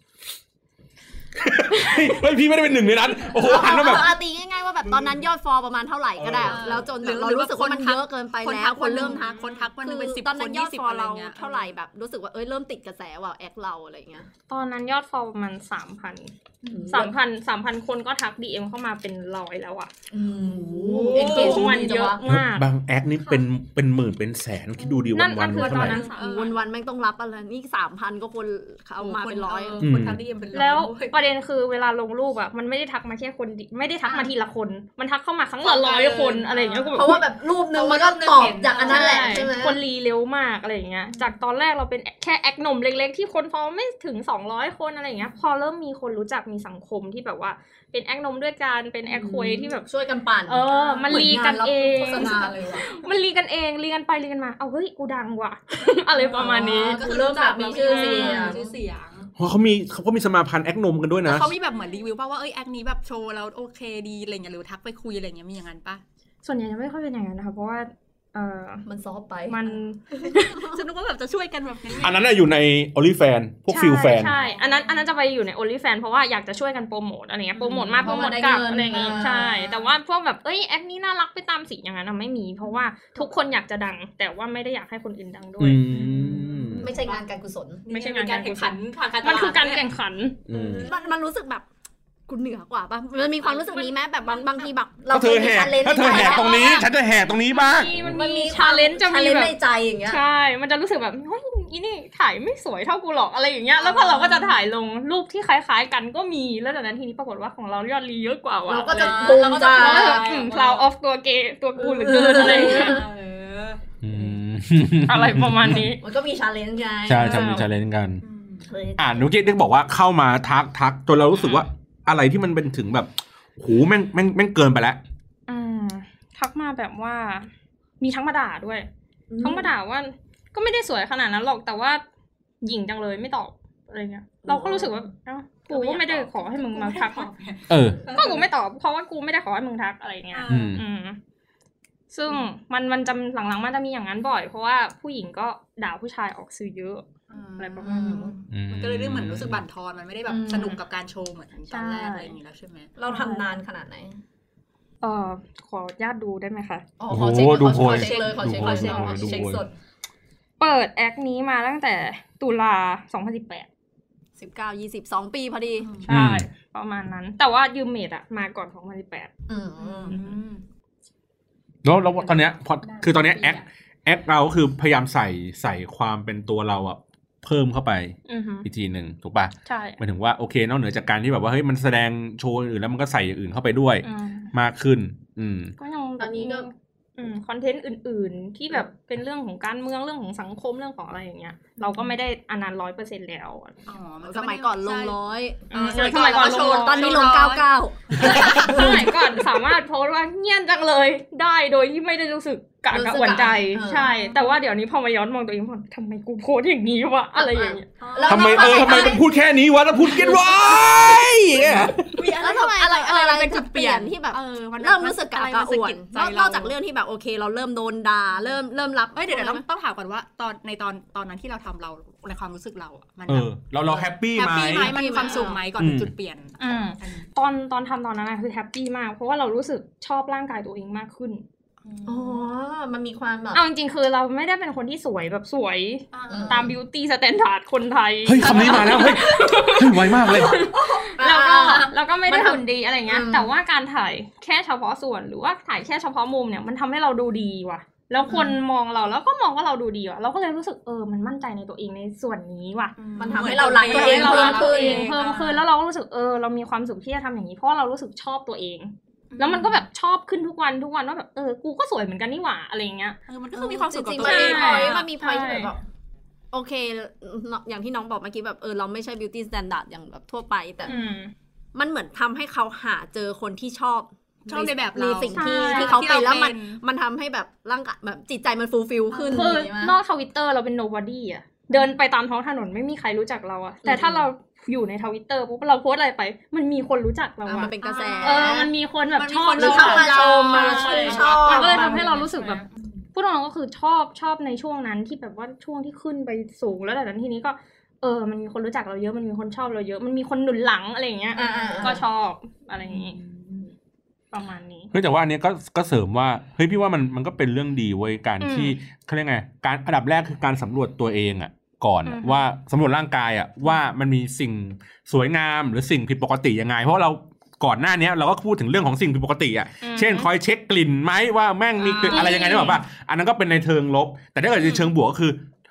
เฮ้ยพี่ไม่ได้เป็นหนึ่งในนั้นโอ้โหหันมาแบบเอาตีง่ายๆว่าแบบตอนนั้นยอดฟอลประมาณเท่าไหร่ก็ได้แล้วจนเรารู้สึกว่ามันเยอะเกินไปแล้วคนเริ่มทักคนทักวันนึงเป็นสิบคนยี่สิบอะไรเงี้ยเท่าไหร่แบบรู้สึกว่าเอ้ยเริ่มติดกระแสว่าแอคเราอะไรเงี้ยตอนนั้นยอดฟอลประมาณ สามพัน สามพัน สามพัน คนก็ทัก ดี เอ็ม เข้ามาเป็นร้อยแล้วอ่ะโอ้โหเอ็นเกจมันเยอะมากบางแอคนี่เป็นเป็นหมื่นเป็นแสนคิดดูดิวันๆเท่าไหร่วันๆแม่งต้องรับอะไรนี่ สามพัน ก็คนเอามาเป็นร้อยคนทัก ดี เอ็ม เป็นร้อยแล้วประเด็นคือเวลาลงรูปอ่ะมันไม่ได้ทักมาแค่คนไม่ได้ทักมาทีละคนมันทักเข้ามาครั้งละร้อยคนอะไรอย่างเงี้ยเพราะว่าแบบรูปนึงมันก็ตอบจากอันนั้นแหละใช่ไหมคนรีเร็วมากอะไรอย่างเงี้ยจากตอนแรกเราเป็นแค่แอคหนุ่มเล็กๆที่คนฟอลไม่ถึงสองร้อยคนอะไรอย่างเงี้ยพอเริ่มมีคนรู้จักมีสังคมที่แบบว่าเป็นแอคหนุ่มด้วยกันเป็นแอคคุยที่แบบช่วยกันปั่นเออมันรีกันเองโฆษณาเลยมันรีกันเองรีกันไปรีกันมาเอาเฮ้ยกูดังว่ะอะไรประมาณนี้ก็คือเริ่มแบบมีชื่อเสียงชื่อเสียงเพราะเขามีเขาก็มีสมาพันธ์แอคนมกันด้วยนะเขามีแบบเหมือนรีวิวป่ะว่าเอ้ยแอคนี้แบบโชว์แล้วโอเคดีอะไรเงี้ยหรือทักไปคุยอะไรเงี้ยมีอย่างนั้นป่ะส่วนใหญ่จะไม่ค่อยเป็นอย่างนั้นนะคะเพราะว่าเออมันซอฟไปมันฉันนึกว่าแบบจะช่วยกันแบบนี้อันนั้นน่ะอยู่ใน OnlyFans พวกฟิลแฟนใช่อันนั้นอันนั้นจะไปอยู่ใน OnlyFans เพราะว่าอยากจะช่วยกันโปรโมทอะไรเงี้ยโปรโมทมาโปรโมทกลับอะไรอย่างงี้ใช่แต่ว่าพวกแบบเอ้ยแอคนี้น่ารักไปตามสีอย่างนั้นไม่มีเพราะว่าทุกคนอยากจะดังแต่ว่าไม่ได้อยากให้คนอื่นดังด้วยไม่ใช่งานการกุศลไม่ใช่งานการแข่งขันทางการตลาดมันคือการแข่งขันมันมันรู้สึกแบบกูเหนือกว่าป่ะมันมีความรู้สึกนี้ไหมแบบบางบางทีแบบเราเธอแหกถ้าเธอแหกตรงนี้ฉันจะแหกตรงนี้บ้างมันมีชาเลนจ์จะมีแบบในใจอย่างเงี้ยใช่มันจะรู้สึกแบบเฮ้ยอีนี่ถ่ายไม่สวยเท่ากูหรอกอะไรอย่างเงี้ยแล้วพอเราก็จะถ่ายลงรูปที่คล้ายๆกันก็มีแล้วจากนั้นทีนี้ปรากฏว่าของเรายอดรีเยอะกว่าว่ะเราก็จะบูมจ้า proud of ตัวเกย์ตัวกูหรือเกินอะไรอย่างเงี้ยอะไรประมาณนี้มันก็มีชาเลนจ์ไงใช่ใช่มีชาเลนจ์กันอ่านนุกี้ได้บอกว่าเข้ามาทักทักจนเรารู้สึกว่าอะไรที่มันเป็นถึงแบบโหแม่งแม่งแม่งเกินไปแล้วอืมทักมาแบบว่ามีทั้งมาด่าด้วยทั้งมาด่าว่าก็ไม่ได้สวยขนาดนั้นหรอกแต่ว่าหยิ่งจังเลยไม่ตอบอะไรเงี้ยเราก็รู้สึกว่าเอ้ากูก็ไม่ได้ขอให้มึงมาทักเออก็กูไม่ตอบเพราะว่ากูไม่ได้ขอให้มึงทักอะไรเงี้ยอืมซึ่งมันมันจะหลังๆมันจะมีอย่างนั้นบ่อยเพราะว่าผู้หญิงก็ด่าผู้ชายออกสื่อเยอะอะไรประมาณนี้มันก็เลยเหมือนรู้สึกบั่นทอนมันไม่ได้แบบสนุกกับการโชว์เหมือนตอนแรกอะไรอย่างนี้แล้วใช่ไหมเราทำนานขนาดไหนเออขอญาตดูได้ไหมคะอ๋อขอเช็คดูขอเช็คเลยขอเช็คขอเช็คเช็คสดเปิดแอคนี้มาตั้งแต่ตุลาสองพันสิบแปดสิบเก้า ยี่สิบ สองปีพอดีใช่ประมาณนั้นแต่ว่ายืมเมดอะมาก่อนสองพันสิบแปดอืมแล้วแล้วตอนเนี้ยพอคือตอนเนี้ยแอคแอคเราคือพยายามใส่ใส่ความเป็นตัวเราอะเพิ่มเข้าไปอีกทีหนึ่งถูกป่ะใช่หมายถึงว่าโอเคนอกเหนือจากการที่แบบว่าเฮ้ยมันแสดงโชว์อื่นแล้วมันก็ใส่อย่างอื่นเข้าไปด้วยมากขึ้นอืมก็ยังตอนนี้ก็อืมคอนเทนต์อื่นๆที่แบบเป็นเรื่องของการเมืองเรื่องของสังคมเรื่องของอะไรอย่างเงี้ยเราก็ไม่ได้อันนั้น ร้อยเปอร์เซ็นต์ แล้วอ๋อสมัยก่อนลงร้อยสมัยก่อนลงตอนนี้ลงเก้าสิบเก้าสมัยก่อนสามารถโพสต์ว่าเงียบจังเลยได้โดยที่ไม่ได้รู้สึกกะกะหวั่นใจใช่แต่ว่าเดี๋ยวนี้พอมาย้อนมองตัวเองทำไมกูโพสอย่างนี้วะอะไรอย่างเงี้ยทำไมเออทำไมมันพูดแค่นี้วะแล้วพูดกันวะแล้วทำไมอะไรอะไรเป็นจุดเปลี่ยนที่แบบเริ่มรู้สึกกะกะอ่วนนอกจากเรื่องที่แบบโอเคเราเริ่มโดนด่าเริ่มเริ่มรับเอ้ยเดี๋ยวต้องต้องถามก่อนว่าตอนในตอนตอนนั้นที่เราทำเราในความรู้สึกเราอ่ะมันเราเราแฮปปี้ไหมมันมีความสุขไหมก่อนถึงจุดเปลี่ยนตอนตอนทำตอนนั้นคือแฮปปี้มากเพราะว่าเรารู้สึกชอบร่างกายตัวเองมากขึ้นอ๋อมันมีความแบบเอาจริงๆคือเราไม่ได้เป็นคนที่สวยแบบสวยตามบิวตี้สแตนดาร์ดคนไทยเฮ้ยคำนี้มาแล้วเฮ้ยไวมากเลยแล้วก็แล้วก็ไม่ได้หุ่นดีอะไรเงี้ยแต่ว่าการถ่ายแค่เฉพาะส่วนหรือว่าถ่ายแค่เฉพาะมุมเนี่ยมันทำให้เราดูดีว่ะแล้วคนมองเราแล้วก็มองว่าเราดูดีว่ะเราก็เลยรู้สึกเออมันมั่นใจในตัวเองในส่วนนี้ว่ะมันทำให้เรารักตัวเองเรารักตัวเองเพิ่มขึ้นแล้วเราก็รู้สึกเออเรามีความสุขที่จะทำอย่างนี้เพราะเรารู้สึกชอบตัวเองแล้วมันก็แบบชอบขึ้นทุกวันทุกวันว่าแบบเออกูก็สวยเหมือนกันนี่หว่าอะไรเงี้ยเออมันก็คือมีความสุขกับตัวเองมันมีพอยต์ที่แบบโอเคอย่างที่น้องบอกเมื่อกี้แบบเออเราไม่ใช่ beauty standard อย่างแบบทั่วไปแต่มันเหมือนทำให้เขาหาเจอคนที่ชอบชอบในแบบเราสิ่งที่ที่เขาเป็นแล้วมันมันทำให้แบบร่างกายแบบจิตใจมันฟูลฟิลขึ้นคือนอก Twitter เราเป็น nobody อ่ะเดินไปตามท้องถนนไม่มีใครรู้จักเราอ่ะแต่ถ้าเราอยู่ใน Twitter ปุ๊บเราโพสอะไรไปมันมีคนรู้จักเราอ่ะมันเป็นกระแสเออมันมีคนแบบชอบเราชอบมาชมมาชื่นชอบมันก็เลยทำให้เรารู้สึกแบบพูดตรงๆก็คือชอบชอบในช่วงนั้นที่แบบว่าช่วงที่ขึ้นไปสูงแล้วแต่นั้นทีนี้ก็เออมันมีคนรู้จักเราเยอะมันมีคนชอบเราเยอะมันมีคนหนุนหลังอะไรอย่างเงี้ยก็ชอบอะไรอย่างงี้ประมาณนี้เฮ้ยแต่ว่าอันนี้ก็ก็เสริมว่าเฮ้ยพี่ว่ามันมันก็เป็นเรื่องดีเว้ยการที่เขาเรียกไงการอันดับแรกคือการสำรวจตัวเองอ่ะก่อนว่าสำรวจร่างกายอ่ะว่ามันมีสิ่งสวยงามหรือสิ่งผิดปกติยังไงเพราะเราก่อนหน้านี้เราก็พูดถึงเรื่องของสิ่งผิดปกติอ่ะเช่นคอยเช็คกลิ่นไหมว่าแม่งมีอะไรยังไงได้แบบว่าอันนั้นก็เป็นในเชิงลบแต่ถ้าเกิดในเชิงบวกก็คือ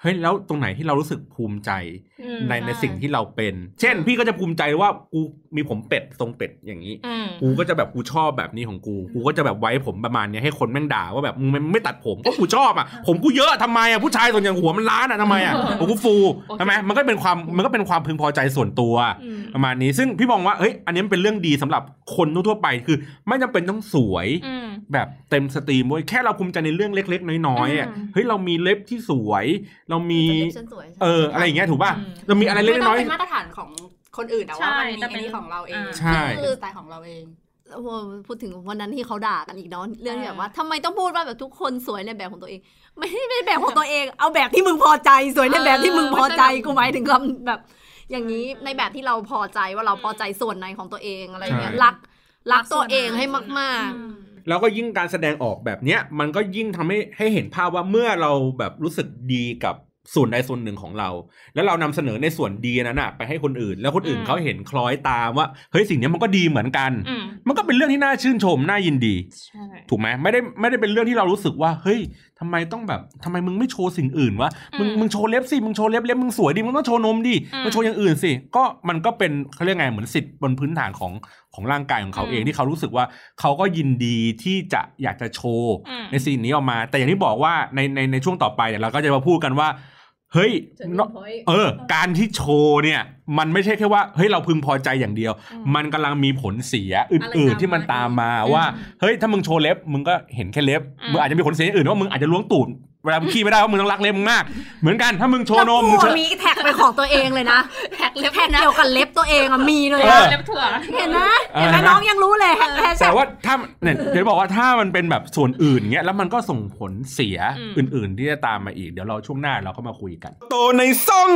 เฮ้ยแล้วตรงไหนที่เรารู้สึกภูมิใจในในสิ่งที่เราเป็นเช่นพี่ก็จะภูมิใจว่ากูมีผมเป็ดทรงเป็ดอย่างนี้กูก็จะแบบกูชอบแบบนี้ของกูกูก็จะแบบไว้ผมประมาณนี้ให้คนแม่งด่าว่าแบบมึงไม่ตัดผมก็กูชอบอ่ะผมกูเยอะทำไมอ่ะผู้ชายส่วนใหญ่หัวมันล้านอ่ะทำไมอ่ะผมกูฟูใช่ไหมมันก็เป็นความมันก็เป็นความพึงพอใจส่วนตัวประมาณนี้ซึ่งพี่มองว่าเฮ้ยอันนี้เป็นเรื่องดีสำหรับคนทั่วไปคือไม่จำเป็นต้องสวยแบบเต็มสตรีมเว้ยแค่เราภูมิใจในเรื่องเล็กๆน้อยๆอ่ะเฮ้ยเรามีเล็บที่สวยเรามีเอออะไรอย่างเงี้ยถูกป่ะเรามีอะไรเล็กน้อยเป็นมาตรฐานของคนอื่นแต่ว่ามันมีอันนี้ของเราเองใช่คือสไตล์ของเราเองพูดถึงวันนั้นที่เขาด่ากันอีกเนาะเรื่องแบบว่าทำไมต้องพูดว่าแบบทุกคนสวยในแบบของตัวเองไม่ได้แบบของตัวเองเอาแบบที่มึงพอใจสวยในแบบที่มึงพอใจกูหมายถึงคำแบบอย่างนี้ในแบบที่เราพอใจว่าเราพอใจส่วนไหนของตัวเองอะไรเงี้ยรักรักตัวเองให้มากๆแล้วก็ยิ่งการแสดงออกแบบเนี้ยมันก็ยิ่งทำให้ให้เห็นภาพว่าเมื่อเราแบบรู้สึกดีกับส่วนใดส่วนหนึ่งของเราแล้วเรานำเสนอในส่วนดีนั้นน่ะไปให้คนอื่นแล้วคนอื่นเขาเห็นคล้อยตามว่าเฮ้ยสิ่งนี้มันก็ดีเหมือนกันมันก็เป็นเรื่องที่น่าชื่นชมน่ายินดีถูกไหมไม่ได้ไม่ได้เป็นเรื่องที่เรารู้สึกว่าเฮ้ยทำไมต้องแบบทำไมมึงไม่โชว์สิ่งอื่นวะมึงมึงโชว์เล็บสิมึงโชว์เล็บเล็บมึงสวยดิมึงต้องโชว์นมดิมึงโชว์อย่างอื่นสิก็มันก็เป็นเขาเรียกไงเหมือนสิทธิ์บนพื้นฐานของของร่างกายของเขาเองที่เขารู้สึกว่าเขาก็ยินดีที่จะอยากจะโชว์ในสิ่งนี้ออกมาแต่อย่างที่บอกว่าในในในช่วงต่อไปเดี๋ยวเราก็จะมาพูดกันว่าเฮ้ยเออการที่โชว์เนี่ยมันไม่ใช่แค่ว่าเฮ้ยเราพึงพอใจอย่างเดียวมันกำลังมีผลเสียอื่นๆที่มันตามมาว่าเฮ้ยถ้ามึงโชว์เล็บมึงก็เห็นแค่เล็บมึงอาจจะมีผลเสียอื่นว่ามึงอาจจะล้วงตูดเวลามึงขี้ไม่ได้ว่ามึงต้องรักเล็บมึงมากเหมือนกันถ้ามึงโชว์นมมึงมีแท็กเป็นของตัวเองเลยนะแท็กเล็บเกี่ยวกับเล็บตัวเองอะมีเลยเล็บถั่วเห็นนะเห็นไหมน้องยังรู้เลยแต่ว่าถ้าเนี่ยเดี๋ยวบอกว่าถ้ามันเป็นแบบส่วนอื่นเงี้ยแล้วมันก็ส่งผลเสียอื่นๆที่จะตามมาอีกเดี๋ยวเราช่วงหน้าเราก็มาคุยกันโตในซ่อง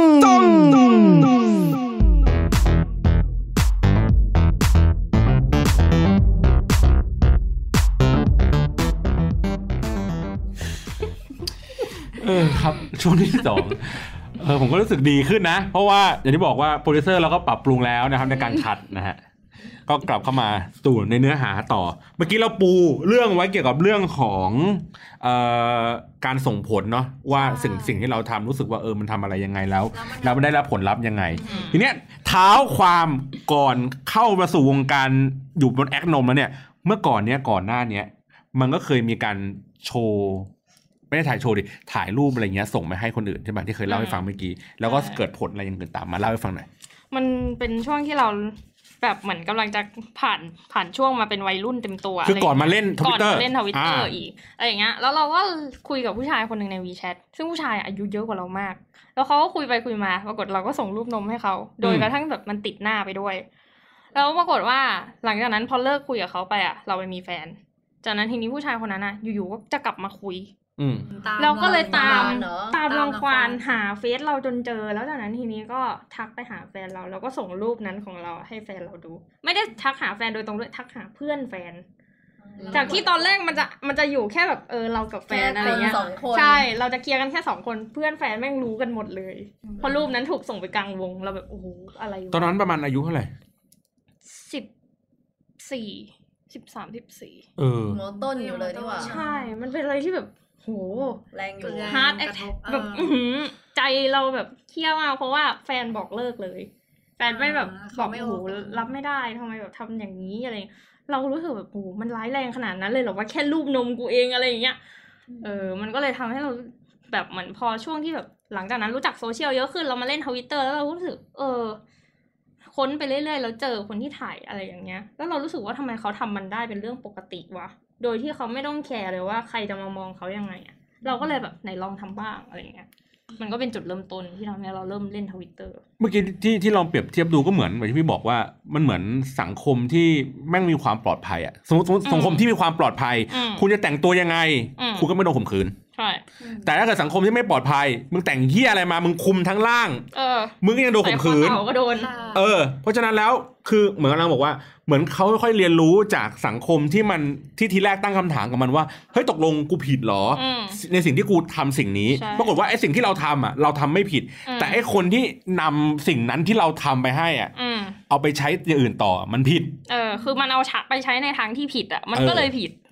เออครับช่วงที่สองเออผมก็รู้สึกดีขึ้นนะเพราะว่าอย่างที่บอกว่าโปรดิวเซอร์เราก็ปรับปรุงแล้วนะครับในการคัดนะฮะก็กลับเข้ามาสู่ในเนื้อหาต่อเมื่อกี้เราปูเรื่องไว้เกี่ยวกับเรื่องของเอ่อการส่งผลเนาะว่าสิ่งสิ่งที่เราทำรู้สึกว่าเออมันทำอะไรยังไงแล้วแล้วมันได้รับผลลัพธ์ยังไงทีเนี้ยเท้าความก่อนเข้ามาสู่วงการอยู่บนแอคนมแล้วเนี่ยเมื่อก่อนเนี้ยก่อนหน้าเนี้ยมันก็เคยมีการโชว์ไม่ได้ถ่ายโชว์ดิถ่ายรูปอะไรเงี้ยส่งไปให้คนอื่นใช่ไหมที่เคยเล่าให้ฟังเมื่อกี้แล้วก็เกิดผลอะไรอย่างอื่นตามมาเล่าให้ฟังหน่อยมันเป็นช่วงที่เราแบบเหมือนกำลังจะผ่านผ่านช่วงมาเป็นวัยรุ่นเต็มตัวคือก่อนมาเล่น Twitter ก่อนเล่น Twitter อีกอะไรอย่างเงี้ยแล้วเราก็คุยกับผู้ชายคนนึงใน WeChat ซึ่งผู้ชายอายุเยอะกว่าเรามากแล้วเขาก็คุยไปคุยมาปรากฏเราก็ส่งรูปนมให้เขาโดยกระทั่งแบบมันติดหน้าไปด้วยแล้วปรากฏว่าหลังจากนั้นพอเลิกคุยกับเขาไปอ่ะเราไปมีแฟนจากนั้นทีนี้ผู้ชายคนนั้นน่ะอยู่ๆก็จะกลับมาคุยเราก็เลยตามตามรังควานหาเฟซเราจนเจอแล้วจากนั้นทีนี้ก็ทักไปหาแฟนเราแล้วก็ส่งรูปนั้นของเราให้แฟนเราดูไม่ได้ทักหาแฟนโดยตรงด้วยทักหาเพื่อนแฟนจากที่ตอนแรกมันจะมันจะอยู่แค่แบบเออเรากับแฟนอะไรเงี้ยใช่เราจะเคลียร์กันแค่สองคนเพื่อนแฟนแม่งรู้กันหมดเลยพอรูปนั้นถูกส่งไปกลางวงเราแบบโอ้โหอะไรตอนนั้นประมาณอายุเท่าไหร่สิบสี่สิบสามสิบสี่เออมอต้นอยู่เลยนี่หว่าใช่มันเป็นอะไรที่แบบโหแรงอยู่ฮาร์ดแอทแทคแบบใจเราแบบเคี่ยวมากเพราะว่าแฟนบอกเลิกเลยแฟนไม่แบบบอกโอ้โหรับไม่ได้ทำไมแบบทำอย่างนี้อะไรเรารู้สึกแบบโอ้โหมันร้ายแรงขนาดนั้นเลยหรอว่าแค่รูปนมกูเองอะไรอย่างเงี้ยเออมันก็เลยทำให้เราแบบเหมือนพอช่วงที่แบบหลังจากนั้นรู้จักโซเชียลเยอะขึ้นเรามาเล่น Twitter แล้วเรารู้สึกเออค้นไปเรื่อยๆแล้วเจอคนที่ถ่ายอะไรอย่างเงี้ยแล้วเรารู้สึกว่าทำไมเขาทำมันได้เป็นเรื่องปกติวะโดยที่เขาไม่ต้องแคร์เลยว่าใครจะมามองเขายังไงอ่ะเราก็เลยแบบไหนลองทำบ้างอะไรอย่างเงี้ยมันก็เป็นจุดเริ่มต้นที่ทำให้เราเริ่มเล่น Twitter เมื่อกี้ที่ที่ลองเปรียบเทียบดูก็เหมือนแบบที่พี่บอกว่ามันเหมือนสังคมที่แม่งมีความปลอดภัยอ่ะสมมติสังคมที่มีความปลอดภัยคุณจะแต่งตัวยังไงคุณก็ไม่โดนข่มขืนใช่แต่ถ้าเกิดสังคมที่ไม่ปลอดภัยมึงแต่งเหี้ยอะไรมามึงคุมทั้งล่างเออมึงก็ยังโดนข่มขืนก็โดนเออเพราะฉะนั้นแล้วคือเหมือนกำลังบอกว่าเหมือนเขาค่อยๆเรียนรู้จากสังคมที่มันที่ทีแรกตั้งคำถามกับมันว่าเฮ้ยตกลงกูผิดหรอในสิ่งที่กูทำสิ่งนี้ปรากฏว่าไอ้สิ่งที่เราทำอ่ะเราทำไม่ผิดแต่ไอ้คนที่นำสิ่งนั้นที่เราทำไปให้อ่ะเอาไปใช้อย่างอื่นต่อมันผิดเออคือมันเอาไปใช้ในทางที่ผิดอ่ะมันก็เลยผิด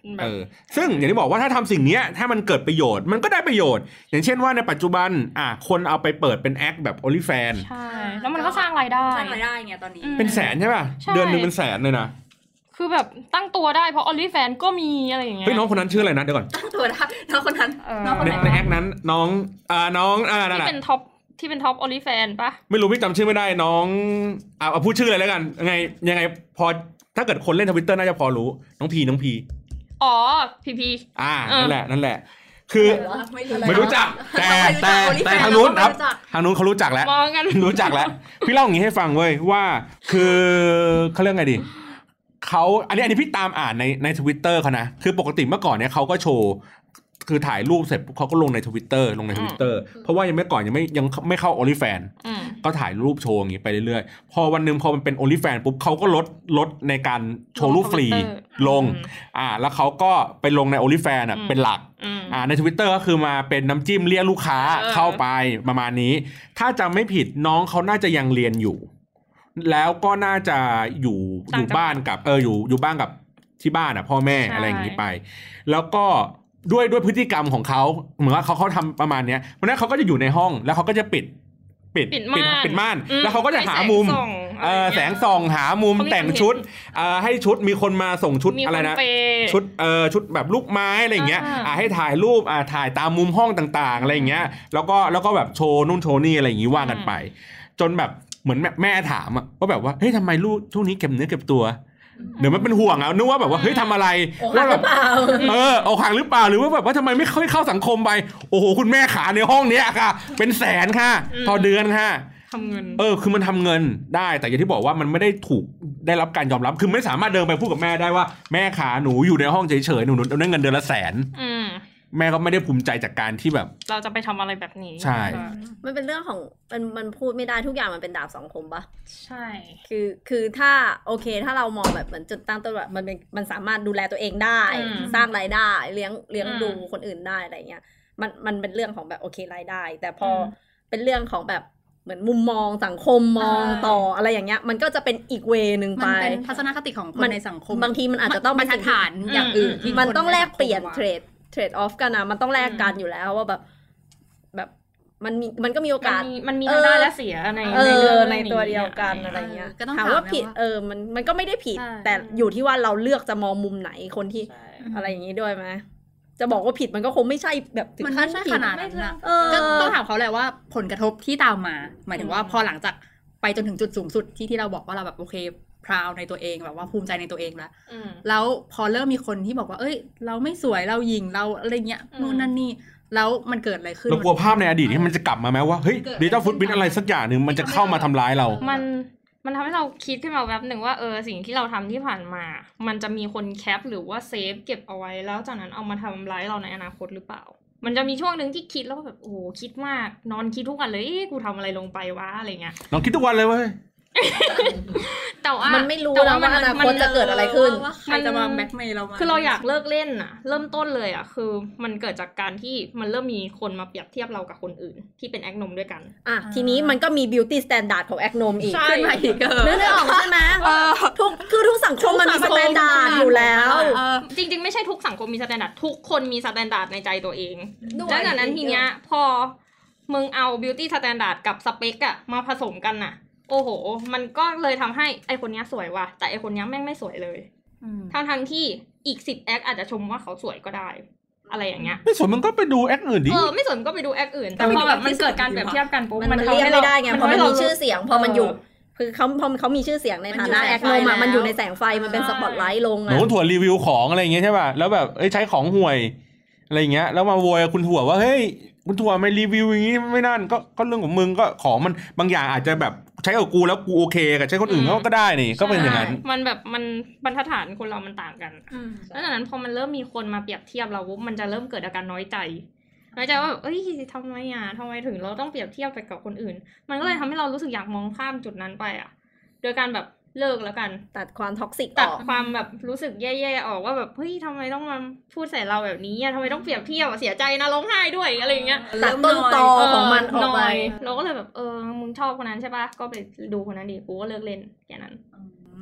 เออซึ่งอย่างที่บอกว่าถ้าทำสิ่งนี้ถ้ามันเกิดประโยชน์มันก็ได้ประโยชน์อย่างเช่นว่าในปัจจุบันอ่ะคนเอาไปเปิดเป็นแอคแบบ OnlyFans ใช่แล้วมันก็สร้างรายได้สร้างรายได้ไงตอนนี้เป็นแสนใช่ป่ะเดือนนึงเป็นแสนเลยนะคือแบบตั้งตัวได้เพราะ OnlyFans ก็มีอะไรอย่างเงี้ยเฮ้ยน้องคนนั้นชื่ออะไรนะเดี๋ยวก่อนตั้งตัวได้น้องคนนั้นน้องคนไหนในแอคนั้นน้องอ่าน้องอ่านั่นแหละที่เป็นท็อปที่เป็นท็อป OnlyFans ป่ะไม่รู้พี่จำชื่อไม่ได้น้องเอาเอาพูดชื่อเลยแล้วกันยังไงยังไงพอถ้าเกิดคนเล่น Twitter น่าจะพอรู้น้องพีน้องพีอ๋อพีพีอ่านั่นแหละนั่นแหละคือไม่รู้จักแต่แต่แต่ทางนู้นครับทางนู้นเขารู้จักแล้วรู้จักแล้วพี่เล่าอย่างนี้ให้ฟังเว้ยว่าคือเขาเรียกไงดีเขาอันนี้อันนี้พี่ตามอ่านในใน Twitter เขานะคือปกติเมื่อก่อนเนี่ยเขาก็โชว์คือถ่ายรูปเสร็จเขาก็ลงใน Twitter ลงใน Twitter เพราะว่ายังไม่ก่อนยังไม่ยังไม่เข้า OnlyFans ก็ถ่ายรูปโชว์อย่างนี้ไปเรื่อยๆพอวันนึงพอมันเป็น OnlyFans ปุ๊บเขาก็ลดลดในการโชว์รูปฟรีลงอ่าแล้วเขาก็ไปลงใน OnlyFans อ่ะเป็นหลักอ่าใน Twitter ก็คือมาเป็นน้ำจิ้มเรียกลูกค้าเข้าไปประมาณนี้ถ้าจำไม่ผิดน้องเขาน่าจะยังเรียนอยู่แล้วก็น่าจะอยู่อยู่บ้านกับเอออยู่อยู่บ้านกับที่บ้านอ่ะพ่อแม่อะไรอย่างนี้ไปแล้วก็ด้วยด้วยพฤติกรรมของเขาเหมือนว่าเขาเขาทำประมาณเนี้ยเพราะนั้นเขาก็จะอยู่ในห้องแล้วเขาก็จะปิดปิดปิดปิดม่านแล้วเขาก็จะหามุมเออแสงส่องหามุมแต่งชุดเอ่อให้ชุดมีคนมาส่งชุดอะไรนะชุดเอ่อชุดแบบลูกไม้อะไรอย่างเงี้ยอ่าให้ถ่ายรูปอ่าถ่ายตามมุมห้องต่างๆอะไรอย่างเงี้ยแล้วก็แล้วก็แบบโชว์นู่นโชว์นี่อะไรอย่างงี้ว่ากันไปจนแบบเหมือนแม่ถามอะว่าแบบว่าเฮ้ยทำไมลูกช่วงนี้เก็บเนื้อเก็บตัวเดี๋ยวมันเป็นห่วงอ่ะนึกว่าแบบว่าเฮ้ยทำอะไรว่าแบบเออเอาห่างหรือเปล่าหรือว่าแบบว่าทำไมไม่ค่อยเข้าสังคมไปโอ้โหคุณแม่ขาในห้องเนี้ยค่ะเป็นแสนค่ะต่อเดือนค่ะทำเงินเออคือมันทำเงินได้แต่อย่างที่บอกว่ามันไม่ได้ถูกได้รับการยอมรับคือไม่สามารถเดินไปพูดกับแม่ได้ว่าแม่ขาหนูอยู่ในห้องเฉยๆหนูได้เงินเดือนละแสนแม่ก็ไม่ได้ภูมิใจจากการที่แบบเราจะไปทำอะไรแบบนี้ใช่มันเป็นเรื่องของมันมันพูดไม่ได้ทุกอย่างมันเป็นดาบสองคมปะใช่คือคือถ้าโอเคถ้าเรามองแบบเหมือนจุดตั้งต้นแบบมันเป็นมันสามารถดูแลตัวเองได้สร้างรายได้เลี้ยงเลี้ยงดูคนอื่นได้อะไรเงี้ยมันมันเป็นเรื่องของแบบโอเครายได้แต่พอเป็นเรื่องของแบบเหมือนมุมมองสังคมมองต่ออะไรอย่างเงี้ยมันก็จะเป็นอีกเวนึงไปมันเป็นทัศนคติของคนในสังคมบางทีมันอาจจะต้องบรรทัดฐานอย่างอื่นมันต้องแลกเปลี่ยนเทรดเทรดออฟกันนะมันต้องแลกกันอยู่แล้วว่าแบบแบบมันมีมันก็มีโอกาสมันมีทั้งได้และเสียในในเรื่องในตัวเดียวกันอะไรเงี้ยถามว่าผิดเออมันมันก็ไม่ได้ผิดแต่อยู่ที่ว่าเราเลือกจะมองมุมไหนคนที่อะไรอย่างนี้ด้วยไหมจะบอกว่าผิดมันก็คงไม่ใช่แบบถึงขั้นผิดขนาดนั้นนะก็ต้องถามเขาแหละว่าผลกระทบที่ตามมาหมายถึงว่าพอหลังจากไปจนถึงจุดสูงสุดที่ที่เราบอกว่าเราแบบโอเคพราวในตัวเองแบบว่าภูมิใจในตัวเองแล้วแล้วพอเริ่มมีคนที่บอกว่าเอ้ยเราไม่สวยเราหยิ่งเราอะไรเงี้ยนู่นนั่นนี่แล้วมันเกิดอะไรขึ้นเรากลัวภาพในอดีตที่มันจะกลับมาไหมว่าเฮ้ยดิจิตอลฟุตพริ้นท์อะไรสักอย่างนึงมันจะเข้ามาทำร้ายเรามันมันทำให้เราคิดขึ้นมาแวบหนึ่งว่าเออสิ่งที่เราทำที่ผ่านมามันจะมีคนแคปหรือว่าเซฟเก็บเอาไว้แล้วจากนั้นเอามาทำร้ายเราในอนาคตหรือเปล่ามันจะมีช่วงนึงที่คิดแล้วแบบโอ้โหคิดมากนอนคิดทุกวันเลยกูทำอะไรลงไปวะอะไรเงี้ยนอนคิดทุกวันเลยเว้ยแต่ว่ามันไม่รู้แล้วว่าอนาคตจะเกิดอะไรขึ้นใครจะมาแบ็คเมย์เราคือเราอยากเลิกเล่นน่ะเริ่มต้นเลยอ่ะคือมันเกิดจากการที่มันเริ่มมีคนมาเปรียบเทียบเรากับคนอื่นที่เป็นแอคนมด้วยกันอ่ะทีนี้มันก็มีบิวตี้สแตนดาร์ดของแอคนมอีกขึ้นมาอีกเนื้อออกใช่ไหมทุกคือทุกสังคมมันมีสแตนดาร์ดอยู่แล้วจริงๆไม่ใช่ทุกสังคมมีสแตนดาร์ดทุกคนมีสแตนดาร์ดในใจตัวเองแล้วจากนั้นทีเนี้ยพอมึงเอาบิวตี้สแตนดาร์ดกับสเปคอะมาผสมกันน่ะโอ้โหมันก็เลยทำให้ไอคนนี้สวยว่ะแต่ไอคนนี้แม่งไม่สวยเลยทั้งทั้งที่อีกสิบแอคอาจจะชมว่าเขาสวยก็ได้อะไรอย่างเงี้ยไม่สวยมันก็ไปดูแอคอื่นดิเออไม่สวยก็ไปดูแอคอื่นแต่พอแบบมันเกิดการเปรียบเทียบกันปุ๊บมันเรียกไม่ได้ไงพอมันมีชื่อเสียงพอมันอยู่คือเขาพอเขามีชื่อเสียงในฐานะแอคนมอะมันอยู่ในแสงไฟมันเป็นสปอตไลท์ลงอะหนูถั่วรีวิวของอะไรอย่างเงี้ยใช่ป่ะแล้วแบบเอ้ยใช้ของห่วยอะไรอย่างเงี้ยแล้วมาโวยคุณถั่วว่าเฮ้ยคุณถั่วไม่รีวิวอย่างงี้ไม่นั่นก็ก็เรื่องของมึงก็ของมันบางอย่างอาจจะแบบใช้กับกูแล้วกูโอเคกับใช้คนอื่นก็ได้นี่ก็เป็นอย่างนั้นมันแบบมันบรรทัดฐานคนเรามันต่างกันแล้วจากนั้นพอมันเริ่มมีคนมาเปรียบเทียบเราปุ๊บมันจะเริ่มเกิดอาการน้อยใจน้อยใจว่าแบบเอ้ยทำไมอ่ะทำไมถึงเราต้องเปรียบเทียบไปกับคนอื่นมันก็เลยทำให้เรารู้สึกอยากมองข้ามจุดนั้นไปอ่ะโดยการแบบเลิกแล้วกันตัดความท็อกซิกตัดความแบบรู้สึกแย่ๆออกว่าแบบเฮ้ยทำไมต้องมาพูดใส่เราแบบนี้อ่ะทำไมต้องเปรียบเทียบอ่ะเสียใจนะร้องไห้ด้วยอะไรอย่างเงี้ยตัดต้นตอของมันออกไปเราก็เลยแบบเออมึงชอบคนนั้นใช่ป่ะก็ไปดูคนนั้นดิกูก็เลิกเล่นแค่นั้น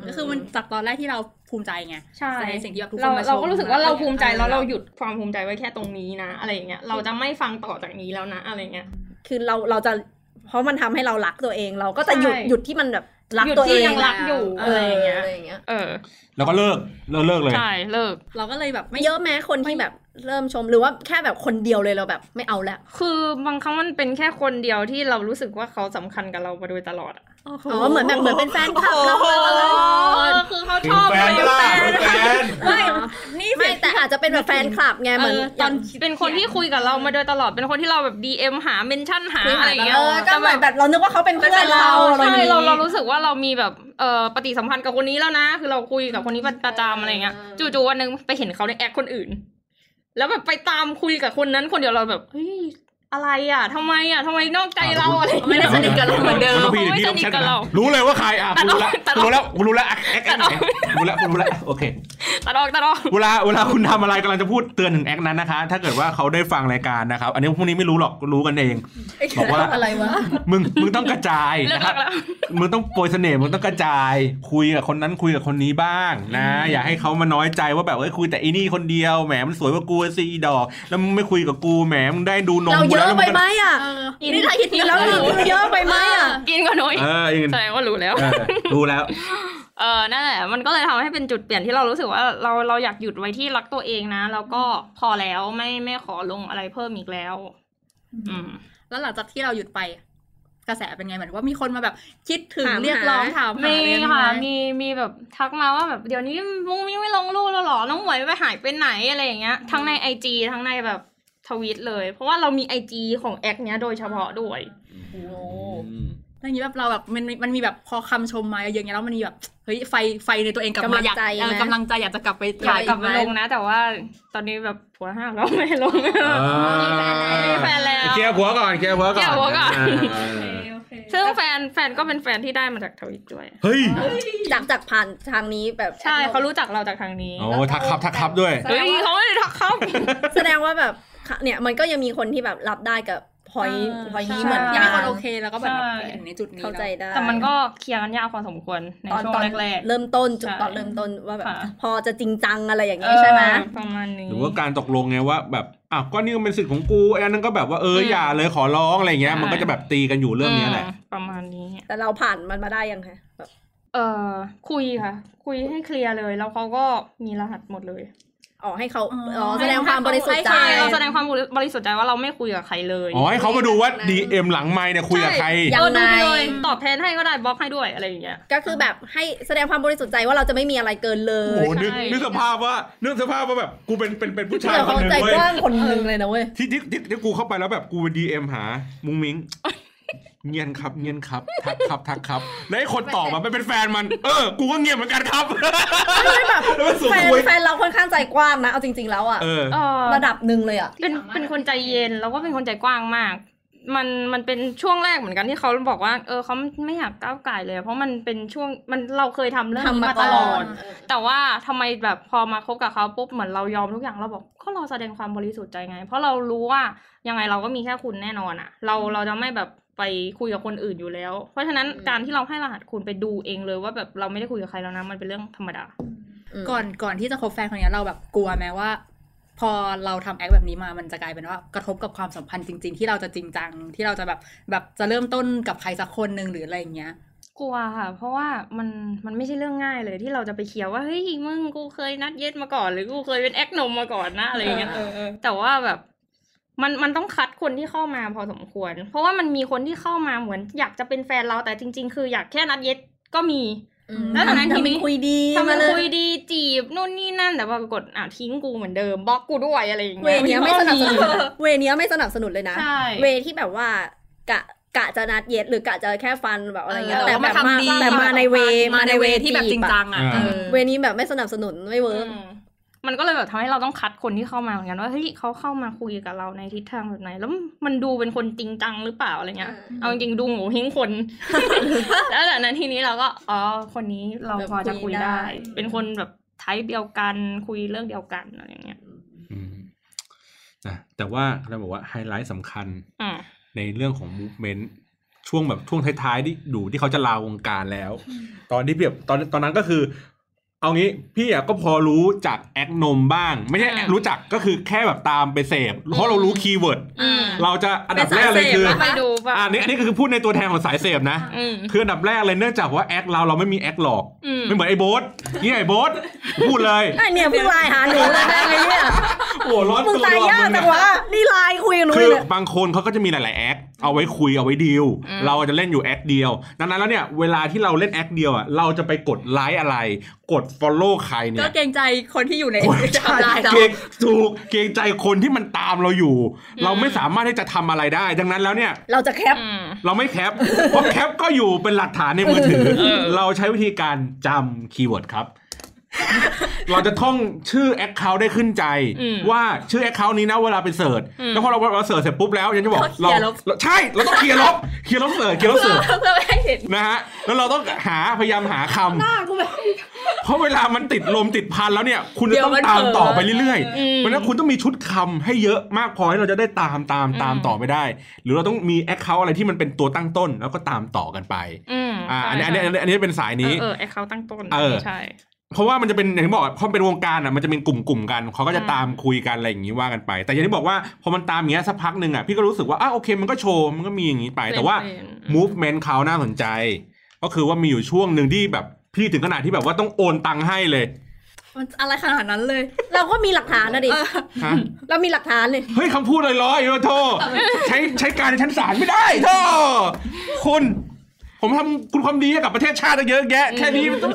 ก็คือมันจากตอนแรกที่เราภูมิใจไงใช่สิ่งที่แบบทุกคเรานมาชมเราก็รู้สึกว่าเราภูมิใจแล้วเราหยุดความภูมิใจไว้แค่ตรงนี้นะอะไรอย่างเงี้ยเราจะไม่ฟังต่อจากนี้แล้วนะอะไรเงี้ยคือเราเราจะเพราะมันทำให้เรารักตัวเองเราก็จะหยุดหยุดที่มันแบบรักตัวเองยังรักอยู่อะไรอย่างเงี้ยเออแล้วก็เลิกเลิกเลิกเลยใช่เลิกเราก็เลยแบบไม่เยอะแม้คนที่แบบเริ่มชมหรือว่าแค่แบบคนเดียวเลยเราแบบไม่เอาแล้วคือบางครั้งมันเป็นแค่คนเดียวที่เรารู้สึกว่าเขาสำคัญกับเรามาโดยตลอดอ่ะอ๋อเหมือนแบบเหมือนเป็นแฟนคลับเราเลยคือเขาชอบเราเป็นแฟนไม่นี่ไม่แต่อาจจะเป็นแบบแฟนคลับไงเหมือนตอนเป็นคนที่คุยกับเรามาโดยตลอดเป็นคนที่เราแบบ ดี เอ็ม หาเมนชั่นหาอะไรอย่างเงี้ยก็เหมือนแบบเรานึกว่าเขาเป็นเพื่อนเราใช่เราเรารู้สึกว่าเรามีแบบเอ่อปฏิสัมพันธ์กับคนนี้แล้วนะคือเราคุยกับคนนี้ประจำอะไรเงี้ยจู่ๆวันนึงไปเห็นเขาในแอคคนอื่นแล้วแบบไปตามคุยกับคนนั้นคนเดียวเราแบบเฮ้ยอะไรอ่ะทำไมอ่ะทำไมนอกใจเราอะไรไม่ได้สนิทกับเราเหมือนเดิมไม่สนิทกับเรารู้เลยว่าใครอ่ะรู้แล้วรู้แล้วรู้แล้วแอคแอครู้แล้วรู้แล้วโอเคตัดออกตัดออกเวลาเวลาคุณทำอะไรกำลังจะพูดเตือนถึงแอคนั้นนะคะถ้าเกิดว่าเขาได้ฟังรายการนะครับอันนี้พวกนี้ไม่รู้หรอกรู้กันเองบอกว่าอะไรวะมึงมึงต้องกระจายนะครับมึงต้องโปรยเสน่ห์มึงต้องกระจายคุยกับคนนั้นคุยกับคนนี้บ้างนะอย่าให้เขามาน้อยใจว่าแบบเอ้ยคุยแต่อีนี่คนเดียวแหมมันสวยกว่ากูสิอีดอกแล้วมึงไม่คุยกับกูแหมมึงได้ดูนมกูแล้วไปไหมอ่ะนี่ถ้าคิดนี้แล้วเยอะไปไหมอ่ะกินก็น้อยเออแสดงว่ารู้แล้วรู้แล้วเออนั่นแหละมันก็เลยทำให้เป็นจุดเปลี่ยนที่เรารู้สึกว่าเราเราอยากหยุดไว้ที่รักตัวเองนะแล้วก็พอแล้วไม่ไม่ขอลงอะไรเพิ่มอีกแล้วอืมแล้วหลังจากที่เราหยุดไปกระแสเป็นไงเหมือนว่ามีคนมาแบบคิดถึงเรียกร้องถามมีค่ะมีมีแบบทักมาว่าแบบเดี๋ยวนี้มุ้งมิ้งไม่ลงรูปแล้วหรอน้องหมวยไปหายไปไหนอะไรอย่างเงี้ยทั้งใน ไอ จี ทั้งในแบบทวีตเลยเพราะว่าเรามี ไอ จี ของแอคเนี้ยโดยเฉพาะด้วยโอ้แล้วอย่างนี้แบบเราแบบมันมันมีแบบพอคำชมมาเยอะๆแล้วมันมีแบบเฮ้ยไฟไฟในตัวเองกลับมาอยากกำลังใจอยากจะกลับไปถ่ายกลับมาลงนะแต่ว่าตอนนี้แบบผัวห้ามแล้วไม่ลงมีแฟนแล้วเคลียร์ผัวก่อนเคลียร์ผัวก่อนเคลียร์ผัวก่อนซึ่งแฟนแฟนก็เป็นแฟนที่ได้มาจากทวิตด้วยเฮ้ยจากจากผ่านทางนี้แบบใช่เขารู้จักเราจากทางนี้โอ้ทักครับทักครับด้วยเฮ้ยเขาไม่ได้ทักครับแสดงว่าแบบเนี่ยมันก็ยังมีคนที่แบบรับได้กับพอยพอยนี้เหมือนยังมีคนโอเคแล้วก็แบบในจุดนี้เข้าใจได้แต่มันก็เคลียร์กันยากพอสมควรในช่วงแรกๆเริ่มต้นจุดตอนเริ่มต้นว่าแบบพอจะจริงจังอะไรอย่างนี้ใช่ไหมประมาณนี้หรือว่าการตกลงไงว่าแบบอ้าวก็นี่มันเป็นสิทธิ์ของกูไอ้นั่นก็แบบว่าเอออย่าเลยขอร้องอะไรเงี้ยมันก็จะแบบตีกันอยู่เรื่องนี้แหละประมาณนี้แต่เราผ่านมันมาได้ยังคะแบบเออคุยค่ะคุยให้เคลียร์เลยแล้วเขาก็มีรหัสหมดเลยอ๋อให้เขาอ๋อแสดงความบริสุทธิ์ใจเราแสดงความบริสุทธิ์ใจว่าเราไม่คุยกับใครเลยอ๋อให้เขามาดูว่า ดี เอ็ม หลังไมค์เนี่ยคุยกับใครยังไงตอบแทนให้ก็ได้บล็อกให้ด้วยอะไรอย่างเงี้ยก็คือแบบให้แสดงความบริสุทธิ์ใจว่าเราจะไม่มีอะไรเกินเลยโอ้นึกนึกสภาพว่านึกสภาพว่าแบบกูเป็นเป็นเป็นผู้ชายคนนึงเว้ยใจกว้างคนนึงเลยนะเว้ยที่ที่ที่กูเข้าไปแล้วแบบกูเป็น ดี เอ็ม หามุ้งมิ้งเงียนครับเงียนครับทักครับทักครับแล้วไอ้คนตอบมาไม่เป็นแฟนมันเออกูก็เงียบเหมือนกันครับไม่แบบแฟนแฟนเราค่อนข้างใจกว้างนะเอาจริงๆแล้วอ่ะระดับนึงเลยอ่ะเป็นเป็นคนใจเย็นแล้วก็เป็นคนใจกว้างมากมันมันเป็นช่วงแรกเหมือนกันที่เขาบอกว่าเออเขาไม่อยากก้าวไก่เลยเพราะมันเป็นช่วงมันเราเคยทำเรื่องนี้มาตลอดแต่ว่าทำไมแบบพอมาคบกับเขาปุ๊บเหมือนเรายอมทุกอย่างเราบอกก็เราแสดงความบริสุทธิ์ใจไงเพราะเรารู้ว่ายังไงเราก็มีแค่คุณแน่นอนอ่ะเราเราจะไม่แบบไปคุยกับคนอื่นอยู่แล้วเพราะฉะนั้นการที่เราให้รหัสคุณไปดูเองเลยว่าแบบเราไม่ได้คุยกับใครแล้วนะมันเป็นเรื่องธรรมดาก่อนก่อนที่จะคบแฟนคนนี้เราแบบกลัวไหมว่าพอเราทำแอคแบบนี้มามันจะกลายเป็นว่ากระทบกับความสัมพันธ์จริงๆที่เราจะจริงจังที่เราจะแบบแบบจะเริ่มต้นกับใครสักคนนึงหรืออะไรอย่างเงี้ยกลัวค่ะเพราะว่ามันมันไม่ใช่เรื่องง่ายเลยที่เราจะไปเคลียร์ว่าเฮ้ยมึงกูเคยนัดเย็ดมาก่อนหรือกูเคยเป็นแอคนมมาก่อนนะอะไรอย่างเงี้ยแต่ว่าแบบมันมันต้องคัดคนที่เข้ามาพอสมควรเพราะว่ามันมีคนที่เข้ามาเหมือนอยากจะเป็นแฟนเราแต่จริงๆคืออยากแค่นัดเย็ดก็มีแล้วตอนนั้นทีนี้คุยดีทำมันคุยดีจีบนู่นนี่นั่นแต่ว่ากดอ่ะทิ้งกูเหมือนเดิมบล็อกกูด้วยอะไรอย่างเงี้ยเวนี้ไม่สนับสนุนเวนี้ไม่สนับสนุนเลยนะเวที่แบบว่ากะกะจะนัดเย็ดหรือกะจะแค่ฟันแบบอะไรเงี้ยแต่แบบมาแต่มาในเวมาในเวที่แบบจริงจังอ่ะเวนี้แบบไม่สนับสนุนไม่เวิร์กมันก็เลยแบบทำให้เราต้องคัดคนที่เข้ามาเหมือนกันว่าเฮ้ยเขาเข้ามาคุยกับเราในทิศทางแบบไหนแล้วมันดูเป็นคนจริงจังหรือเปล่าอะไรเงี้ยเอาจริงๆดูโง่เฮงคนแล้วจากนั้นทีนี้เราก็อ๋อคนนี้เราพอจะคุยได้เป็นคนแบบไทป์เดียวกันคุยเรื่องเดียวกันอะไรเงี้ยนะแต่ว่าเราบอกว่าไฮไลท์สำคัญในเรื่องของมูฟเมนต์ช่วงแบบช่วงท้ายๆที่ดูที่เขาจะลาวงการแล้ว ตอนที่แบบตอนตอนนั้นก็คือเอางี้พี่อ่ะก็พอรู้จากแอคนมบ้างไม่ใช่รู้จักก็คือแค่แบบตามไปเสพเพราะเรารู้คีย์เวิร์ดเราจะอันดับแรกเลยคืออันนี้อันนี้คือพูดในตัวแทนของสายเสพนะคืออันดับแรกเลยเนื่องจากว่าแอคเราเราไม่มีแอคหลอกไม่เหมือนไอ้โบ๊ทนี่ไอ้โบ๊ทพูดเลยไอ้เนี่ยพูดไลน์หาหนูเลยได้ไงเนี่ยโอ้ร้อนตัวมึงตายยากจังวะนี่ไลน์คุยกับหนูคือบางคนเขาก็จะมีหลายๆแอคเอาไว้คุยเอาไว้ดีลเราจะเล่นอยู่แอคเดียวดังนั้นแล้วเนี่ยเวลาที่เราเล่นแอคเดียวอ่ะเราจะไปกดไลค์อะไรกด follow ใครเนี่ยก็เกรงใจคนที่อยู่ในไลน์เราเกรงถูกเกรงใจคนที่มันตามเราอยู่เราไม่สามารถที่จะทำอะไรได้ดังนั้นแล้วเนี่ยเราจะแคปเราไม่แคปเพราะแคปก็อยู่เป็นหลักฐานในมือถือเราใช้วิธีการจำคีย์เวิร์ดครับเราจะท่องชื่อ account ได้ขึ้นใจว่าชื่อ account นี้นะเวลาไปเสิร์ชแล้วพอเราเราเสิร์ชเสร็จปุ๊บแล้วยังจะบอกเราใช่เราต้องเคลียร์ลบเคลียร์ลบเสิร์ชเคลียร์ลบเสิร์ชนะฮะแล้วเราต้องหาพยายามหาคำเพราะเวลามันติดลมติดพันแล้วเนี่ยคุณจะต้องตามต่อไปเรื่อยๆเพราะฉะนั้นคุณต้องมีชุดคำให้เยอะมากพอให้เราจะได้ตามตามตามต่อไม่ได้หรือเราต้องมี account อะไรที่มันเป็นตัวตั้งต้นแล้วก็ตามต่อกันไปอ่าอันนี้อันนี้อันนี้เป็นสายนี้เออ account ตั้งต้นใช่เพราะว่ามันจะเป็นอย่างที่บอกเพราะเป็นวงการอ่ะมันจะเป็นกลุ่มๆกันเขาก็จะตามคุยกันอะไรอย่างนี้ว่ากันไปแต่อย่างที่บอกว่าพอมันตามอย่างเงี้ยสักพักนึงอ่ะพี่ก็รู้สึกว่าอ้าวโอเคมันก็โชว์มันก็มีอย่างนี้ไปแต่ว่า movement เขาน่าสนใจก็คือว่ามีอยู่ช่วงนึงที่แบบพี่ถึงขนาดที่แบบว่าต้องโอนตังค์ให้เลยมันอะไรขนาดนั้นเลยเราก็มีหลักฐานนะดิเรามีหลักฐานเลยเฮ้ยคำพูดลอยๆโทษใช้ใช้การในชั้นศาลไม่ได้โทษคุณผมทำคุณความดีให้กับประเทศชาติเยอะแยะแค่นี้มันต้อง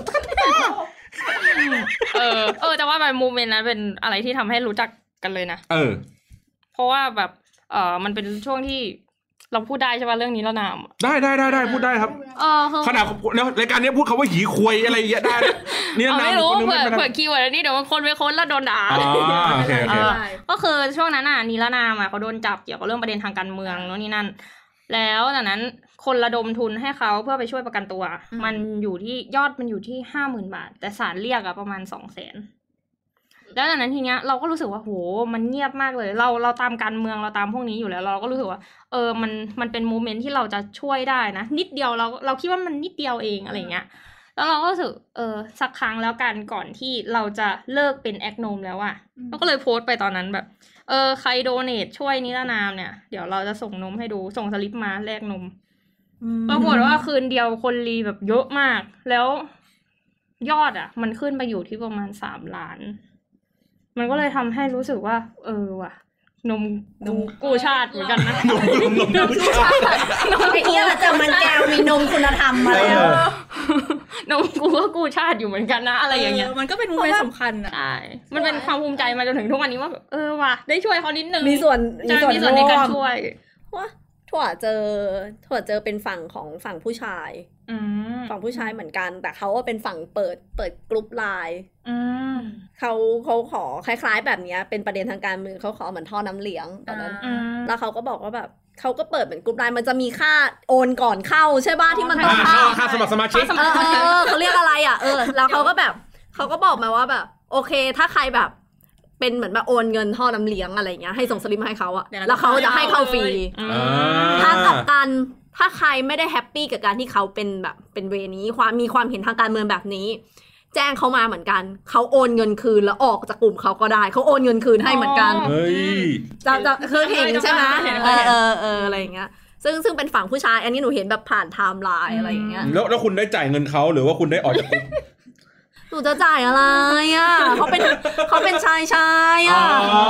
เออเออแต่ว่าแบบโมเมนต์นั้นเป็นอะไรที่ทำให้รู้จักกันเลยนะเออเพราะว่าแบบเออมันเป็นช่วงที่เราพูดได้ใช่ป่ะเรื่องนี้แล้วนามได้ได้ได้ได้พูดได้ครับเออขนาดรายการนี้พูดคำว่าหีควยอะไรอย่างเงี้ยได้เนี่ยนะไม่รู้เผื่อเผื่อคีย์เวิร์ดนี้เดี๋ยวบางคนไปค้นแล้วโดนด่าก็คือช่วงนั้นอ่ะนีละนามอ่ะเขาโดนจับเกี่ยวกับเรื่องประเด็นทางการเมืองโน่นนี่นั่นแล้วจากนั้นคนระดมทุนให้เขาเพื่อไปช่วยประกันตัวมันอยู่ที่ยอดมันอยู่ที่ห้าหมื่นบาทแต่ศาลเรียกอะประมาณสองแสนแล้วจากนั้นทีเนี้ยเราก็รู้สึกว่าโหมันเงียบมากเลยเราเราตามการเมืองเราตามพวกนี้อยู่แล้วเราก็รู้สึกว่าเออมันมันเป็นโมเมนต์ที่เราจะช่วยได้นะนิดเดียวเราเราคิดว่ามันนิดเดียวเองอะไรเงี้ยแล้วเราก็รู้สึกเออสักครั้งแล้วกันก่อนที่เราจะเลิกเป็นแอคโนมแล้วอะเราก็เลยโพสต์ไปตอนนั้นแบบเออใครโดเนทช่วยนิรนามเนี่ยเดี๋ยวเราจะส่งนมให้ดูส่งสลิปมาแลกนมปรากฏว่าคืนเดียวคนรีแบบเยอะมากแล้วยอดอ่ะมันขึ้นไปอยู่ที่ประมาณสามล้านมันก็เลยทำให้รู้สึกว่าเออว่ะนมนมกู้ชาติเหมือนกันนะนมนมนมกู้ชาติไอ้เนี่ยเจอมันแก้วมีนมคุณธรรมมาแล้วนมกูก็กู้ชาติอยู่เหมือนกันนะอะไรอย่างเงี้ยมันก็เป็นโมเมนต์สำคัญอ่ะใช่มันเป็นความภูมิใจมาจนถึงทุกวันนี้ว่าเออว่ะได้ช่วยเขานิดนึงมีส่วนมีส่วนมีส่วนในการช่วยว่าถั่วเจอถั่วเจอเป็นฝั่งของฝั่งผู้ชายฝั่งผู้ชายเหมือนกันแต่เขาว่าเป็นฝั่งเปิดเปิดกลุ่มไลน์เขาเขาขอคล้ายๆแบบนี้เป็นประเด็นทางการเมืองเขาขอเหมือนท่อน้ำเลี้ยงตอนนั้นแล้วเขาก็บอกว่าแบบเขาก็เปิดเป็นกลุ่มไลน์มันจะมีค่าโอนก่อนเข้าใช่ป่ะที่มันต้องเข้าค่าสมัครสมาชิกเออเขาเรียกอะไรอ่ะเออแล้วเขาก็แบบเขาก็บอกมาว่าแบบโอเคถ้าใครแบบเป็นเหมือนแบบโอนเงินท่อน้ำเลี้ยงอะไรเงี้ยให้ส่งสลิปมาให้เขาอะแล้วเขาจะให้เข้าฟรีถ้ากับกันถ้าใครไม่ได้แฮปปี้กับการที่เขาเป็นแบบเป็นเวนี้ความมีความเห็นทางการเมืองแบบนี้แจ้งเขามาเหมือนกันเขาโอนเงินคืนแล้วออกจากกลุ่มเขาก็ได้เขาโอนเงินคืนให้เหมือนกันเฮ้ยจะจะเคยเห็นใช่ไหมเออเออเอออะไรอย่างเงี้ยซึ่งซึ่งเป็นฝั่งผู้ชายอันนี้หนูเห็นแบบผ่านไทม์ไลน์อะไรอย่างเงี้ยแล้วแล้วคุณได้จ่ายเงินเขาหรือว่าคุณได้ออกจากกลุ่มหนูจะจ่ายอะไรอ่ะเขาเป็นเขาเป็นชายชายอ่ะ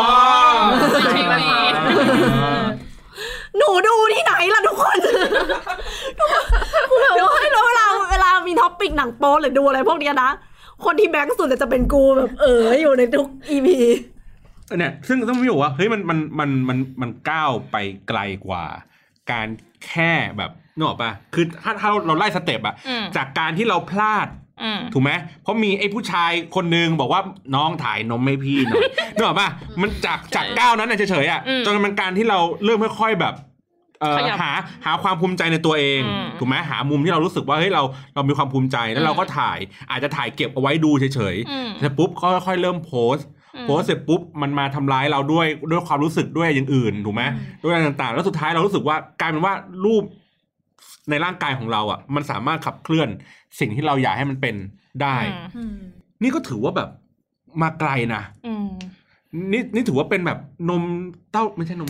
หนูดูที่ไหนล่ะทุกคนคือแบบว่าให้เราเวลาเวลามีท็อปปิกหนังโป๊หรือดูอะไรพวกนี้นะคนที่แบงค์สุดจะเป็นกูแบบเอออยู่ในทุก อี พีเนี่ยซึ่งต้องไม่บอกว่าเฮ้ยมันมันมันมันมันก้าวไปไกลกว่าการแค่แบบนึกออกป่ะคือถ้าถ้าเราไล่สเต็ปอะจากการที่เราพลาดถูกไหมเพราะมีไอ้ผู้ชายคนนึงบอกว่าน้องถ่ายนมให้พี่หน่อยนึกออกป่ะมันจากจากก้าวนั้นเฉยๆอ่ะจนมันการที่เราเริ่มค่อยๆแบบเอ่อหาหาความภูมิใจในตัวเองถูกไหมหามุมที่เรารู้สึกว่าเฮ้ยเราเรามีความภูมิใจแล้วเราก็ถ่ายอาจจะถ่ายเก็บเอาไว้ดูเฉยๆแต่ปุ๊บก็ค่อยๆเริ่มโพสโพสเสร็จปุ๊บมันมาทำร้ายเราด้วยด้วยความรู้สึกด้วยอย่างอื่นถูกไหมด้วยอะไรต่างๆแล้วสุดท้ายเรารู้สึกว่ากลายเป็นว่ารูปในร่างกายของเราอ่ะมันสามารถขับเคลื่อนสิ่งที่เราอยากให้มันเป็นได้นี่ก็ถือว่าแบบมาไกลนะนี่นี่ถือว่าเป็นแบบนมเต้าไม่ใช่นม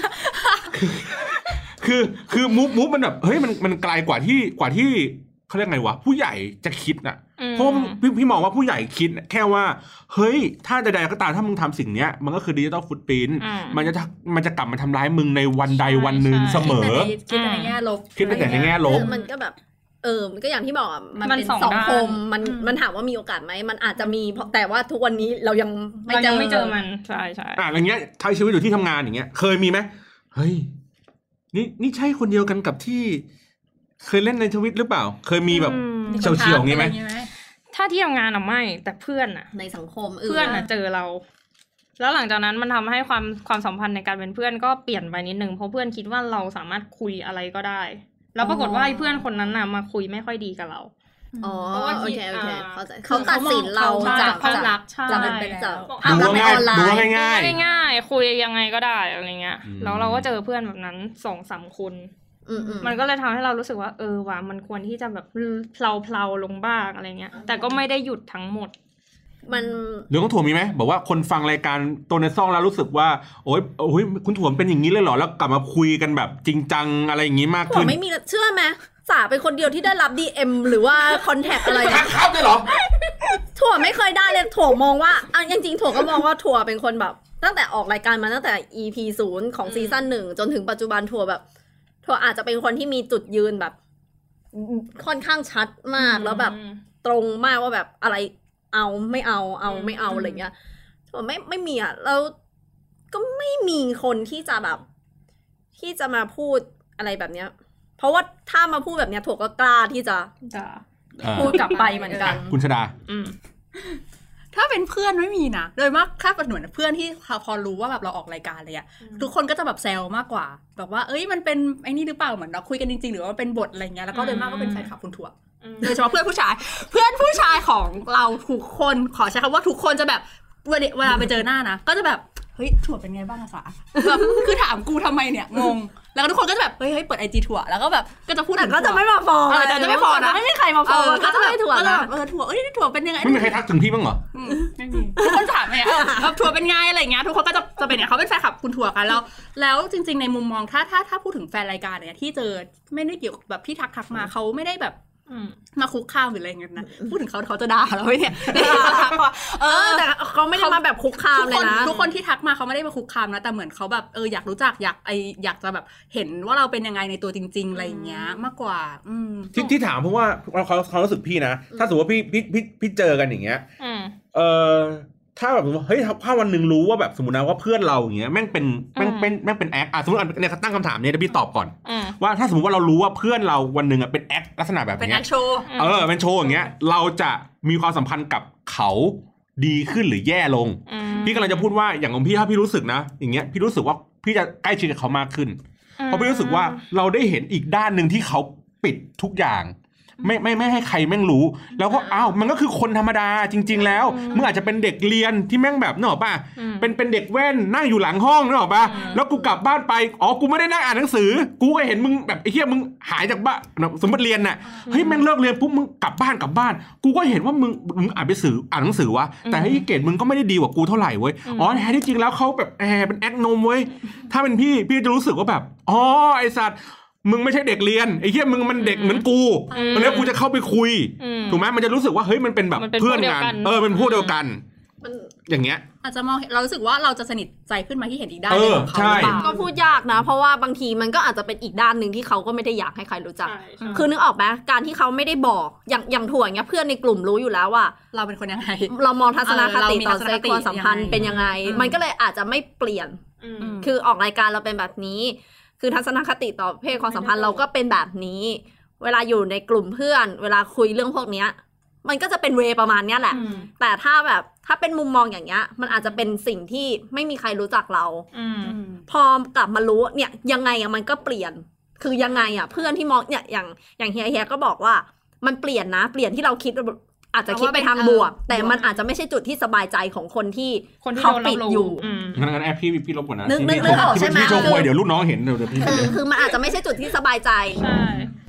คือคือมูฟมูฟมันแบบเฮ้ยมันมันไกลกว่าที่กว่าที่เขาเรียกไงวะผู้ใหญ่จะคิดน่ะเพราะพี่พี่มองว่าผู้ใหญ่คิดแค่ว่าเฮ้ยถ้าใดๆก็ตามถ้ามึงทำสิ่งเนี้ยมันก็คือดิจิตอลฟุตปรินท์มันจะมันจะกลับมาทำร้ายมึงในวันใดวันหนึ่งเสมอคิดในแง่ลบคิดแต่ในแง่ลบมันก็แบบเออมันก็อย่างที่บอกอ่ะมันเป็นสองคมมันมันถามว่ามีโอกาสไหมมันอาจจะมีแต่ว่าทุกวันนี้เรายังไม่เจอไม่เจอมันใช่ใช่อ่ะอย่างเงี้ยใช้ชีวิตอยู่ที่ทำงานอย่างเงี้ยเคยมีไหมเฮ้ยนี่นี่ใช่คนเดียวกันกับที่เคยเล่นในทวิตหรือเปล่าเคยมีแบบเฉียวๆงี้ไหมถ้าที่ทำงานอะไม่แต่เพื่อนอะในสังคมเพื่อนอะเจอเราแล้วหลังจากนั้นมันทำให้ความความสัมพันธ์ในการเป็นเพื่อนก็เปลี่ยนไปนิดนึงเพราะเพื่อนคิดว่าเราสามารถคุยอะไรก็ได้แล้วปรากฏว่าไอ้เพื่อนคนนั้นน่ะมาคุยไม่ค่อยดีกับเราอ๋อโอเคโอเคเขาตัดสินเราจากภาพลักษณ์จากดูง่ายดูง่ายง่ายคุยยังไงก็ได้อะไรเงี้ยแล้วเราก็เจอเพื่อนแบบนั้นสองสามคนมันก็เลยทำให้เรารู้สึกว่าเออว่ะมันควรที่จะแบบเพลาๆลงบ้างอะไรเงี้ยแต่ก็ไม่ได้หยุดทั้งหมดมันเรื่องของถั่วมีไหมบอกว่าคนฟังรายการตัวในซ่องแล้วรู้สึกว่าโอ๊ยโอ้ยคุณถั่วเป็นอย่างนี้เลยเหรอแล้วกลับมาคุยกันแบบจริงจังอะไรอย่างนี้มากขึ้นไม่มีเชื่อไหมสาเป็นคนเดียวที่ได้รับ ดี เอ็ม หรือว่าคอนแทคอะไรทักเข้าได้เหรอถั่วไม่เคยได้เลยถั่วมองว่าอ่ะจริงๆถั่วก็มองว่าถั่วเป็นคนแบบตั้งแต่ออกรายการมาตั้งแต่ อี พี ศูนย์ของซีซั่นหนึ่งจนถึงปัจจุบันถั่วแบบถั่วอาจจะเป็นคนที่มีจุดยืนแบบค่อนข้างชัดมากแล้วแบบตรงมากว่าแบบอะไรเอาไม่เอาเอาไม่เอาอะไรเงี้ยถั่วไม่ไม่มีอ่ะแล้วก็ไม่มีคนที่จะแบบที่จะมาพูดอะไรแบบเนี้ยเพราะว่าถ้ามาพูดแบบเนี้ยถั่วก็กล้าที่จะพูดกลับไปเหมือนกันคุณชดาถ้าเป็นเพื่อนไม่มีนะโดยมากถ้าเป็นเหมือนเพื่อนที่พอรู้ว่าแบบเราออกรายการเลยอะทุกคนก็จะแบบแซวมากกว่าแบบว่าเอ้ยมันเป็นไอ้นี่หรือเปล่าเหมือนเราคุยกันจริงๆหรือว่าเป็นบทอะไรเงี้ยแล้วก็โดยมากก็เป็นแฟนคลับคุณถั่วโดยเฉพาะเพื่อนผู้ชายเพื่อนผู้ชายของเราทุกคนขอใช้คำว่าทุกคนจะแบบเวลาไปเจอหน้านะก็จะแบบเฮ้ยถั่วเป็นไงบ้างอะสาแบบคือถามกูทำไมเนี่ยงงแล้วทุกคนก็จะแบบเฮ้ยเฮ้ยเปิดไอจีถั่วแล้วก็แบบก็จะพูดแต่ก็จะไม่มาฟ้องแต่จะไม่ฟ้องนะไม่มีใครมาฟ้องก็จะไม่ถั่วนะเออถั่วเอ้ยถั่วเป็นยังไงไม่มีใครทักถึงพี่บ้างเหรอไม่มีทุกคนถามไงถั่วเป็นไงอะไรเงี้ยทุกคนก็จะจะเป็นเนี่ยเขาเป็นแฟนคลับคุณถั่วกันแล้วแล้วจริงๆในมุมมองถ้าถ้าถ้าพูดถึงแฟนรายการเนี่ยที่เจอไม่ได้เกี่ยวกับแบบที่ทักทักมาเขาไม่ได้แบบมาคุกคามหรืออะไรเงี้ยนะพูดถึงเขาเขาจะด่าเราเนี่ยเออแต่เขาไม่ได้มาแบบคุกคามเลยนะทุกคนที่ทักมาเขาไม่ได้มาคุกคามนะแต่เหมือนเขาแบบเอออยากรู้จักอยากไออยากจะแบบเห็นว่าเราเป็นยังไงในตัวจริงๆอะไรอย่างเงี้ยมากกว่าที่ที่ถามเพราะว่าเขาเขารู้สึกพี่นะถ้าสมมติว่าพี่พี่พี่พี่เจอกันอย่างเงี้ยเออถ้าแบบเฮ้ยถ้าวันหนึ่งรู้ว่าแบบสมมตินะว่าเพื่อนเราอย่างเงี้ยแม่งเป็นแม่งเป็นแม่งเป็นแอคอ่ะสมมติเนี่ยตั้งคำถามนี้เดี๋ยวพี่ตอบก่อนว่าถ้าสมมติว่าเรารู้ว่าเพื่อนเราวันหนึ่งอ่ะเป็นแอคลักษณะแบบนี้เป็นแอคโชว์เออเป็นโชว์อย่างเงี้ยเราจะมีความสัมพันธ์กับเขาดีขึ้นหรือแย่ลงพี่กำลังจะพูดว่าอย่างของพี่ถ้าพี่รู้สึกนะอย่างเงี้ยพี่รู้สึกว่าพี่จะใกล้ชิดกับเขามากขึ้นเพราะพี่รู้สึกว่าเราได้เห็นอีกด้านนึงที่เขาปิดทุกอย่างไม่ไม่ไม่ให้ใครแม่งรู้แล้วก็อ้าวมันก็คือคนธรรมดาจริงๆแล้วมึงอาจจะเป็นเด็กเรียนที่แม่งแบบนึกออกป่ะเป็นเป็นเด็กแว่นนั่งอยู่หลังห้องนึกออกป่ะแล้วกูกลับบ้านไปอ๋อกูไม่ได้นั่งอ่านหนังสือกูก็เห็นมึงแบบไอ้เหี้ยมึงหายจากบ้านสมมติเรียนน่ะเฮ้ยแม่งเลิกเรียนปุ๊บมึงกลับบ้านกลับบ้านกูก็เห็นว่ามึงมึงอ่านหนังสืออ่านหนังสือวะแต่ให้เกรดมึงก็ไม่ได้ดีกว่ากูเท่าไหร่เว้ยอ๋อแท้ที่จริงแล้วเขาแบบแอบเป็นแอคนมเว้ยถ้าเป็นพี่พี่จะรู้สึกว่าแบบอ๋อไอ้สัตว์มึงไม่ใช่เด็กเรียนไอ้เหี้ยมึงมันเด็กเหมือนกูแล้วกูจะเข้าไปคุยถูกไหมมันจะรู้สึกว่าเฮ้ยมันเป็นแบบเพื่อนกันเออเป็นพวกเดียวกันอย่างเงี้ยอาจจะมองเรารู้สึกว่าเราจะสนิทใจขึ้นมาที่เห็นอีกด้านนึงของเขาก็พูดยากนะเพราะว่าบางทีมันก็อาจจะเป็นอีกด้านนึงที่เขาก็ไม่ได้อยากให้ใครรู้จักคือนึกออกไหมการที่เขาไม่ได้บอกอย่างอย่างถั่วเงี้ยเพื่อนในกลุ่มรู้อยู่แล้วว่าเราเป็นคนยังไงเรามองทัศนคติต่อความสัมพันธ์เป็นยังไงมันก็เลยอาจจะไม่เปลี่ยนคือออกรายการเราเป็นแบบนี้คือทัศนคติต่อเพศความสัมพันธ์เราก็เป็นแบบนี้เวลาอยู่ในกลุ่มเพื่อนเวลาคุยเรื่องพวกเนี้ยมันก็จะเป็นเวประมาณเนี้ยแหละแต่ถ้าแบบถ้าเป็นมุมมองอย่างเงี้ยมันอาจจะเป็นสิ่งที่ไม่มีใครรู้จักเราพอกลับมารู้เนี่ยยังไงอะมันก็เปลี่ยนคือยังไงอะเพื่อนที่มองเนี่ยอย่างอย่างเฮียเฮียก็บอกว่ามันเปลี่ยนนะเปลี่ยนที่เราคิดอาจจะคิดไปทางบวกแต่มันอาจจะไม่ใช่จุดที่สบายใจของคนที่เขาปิดอยู่งั้นงั้นแอปพี่พี่ลบก่อนนะนึกนึกออกใช่ไหมพี่โชว์ควยเดี๋ยวลูกน้องเห็นเดี๋ยวพี่คือมันอาจจะไม่ใช่จุดที่สบายใจใช่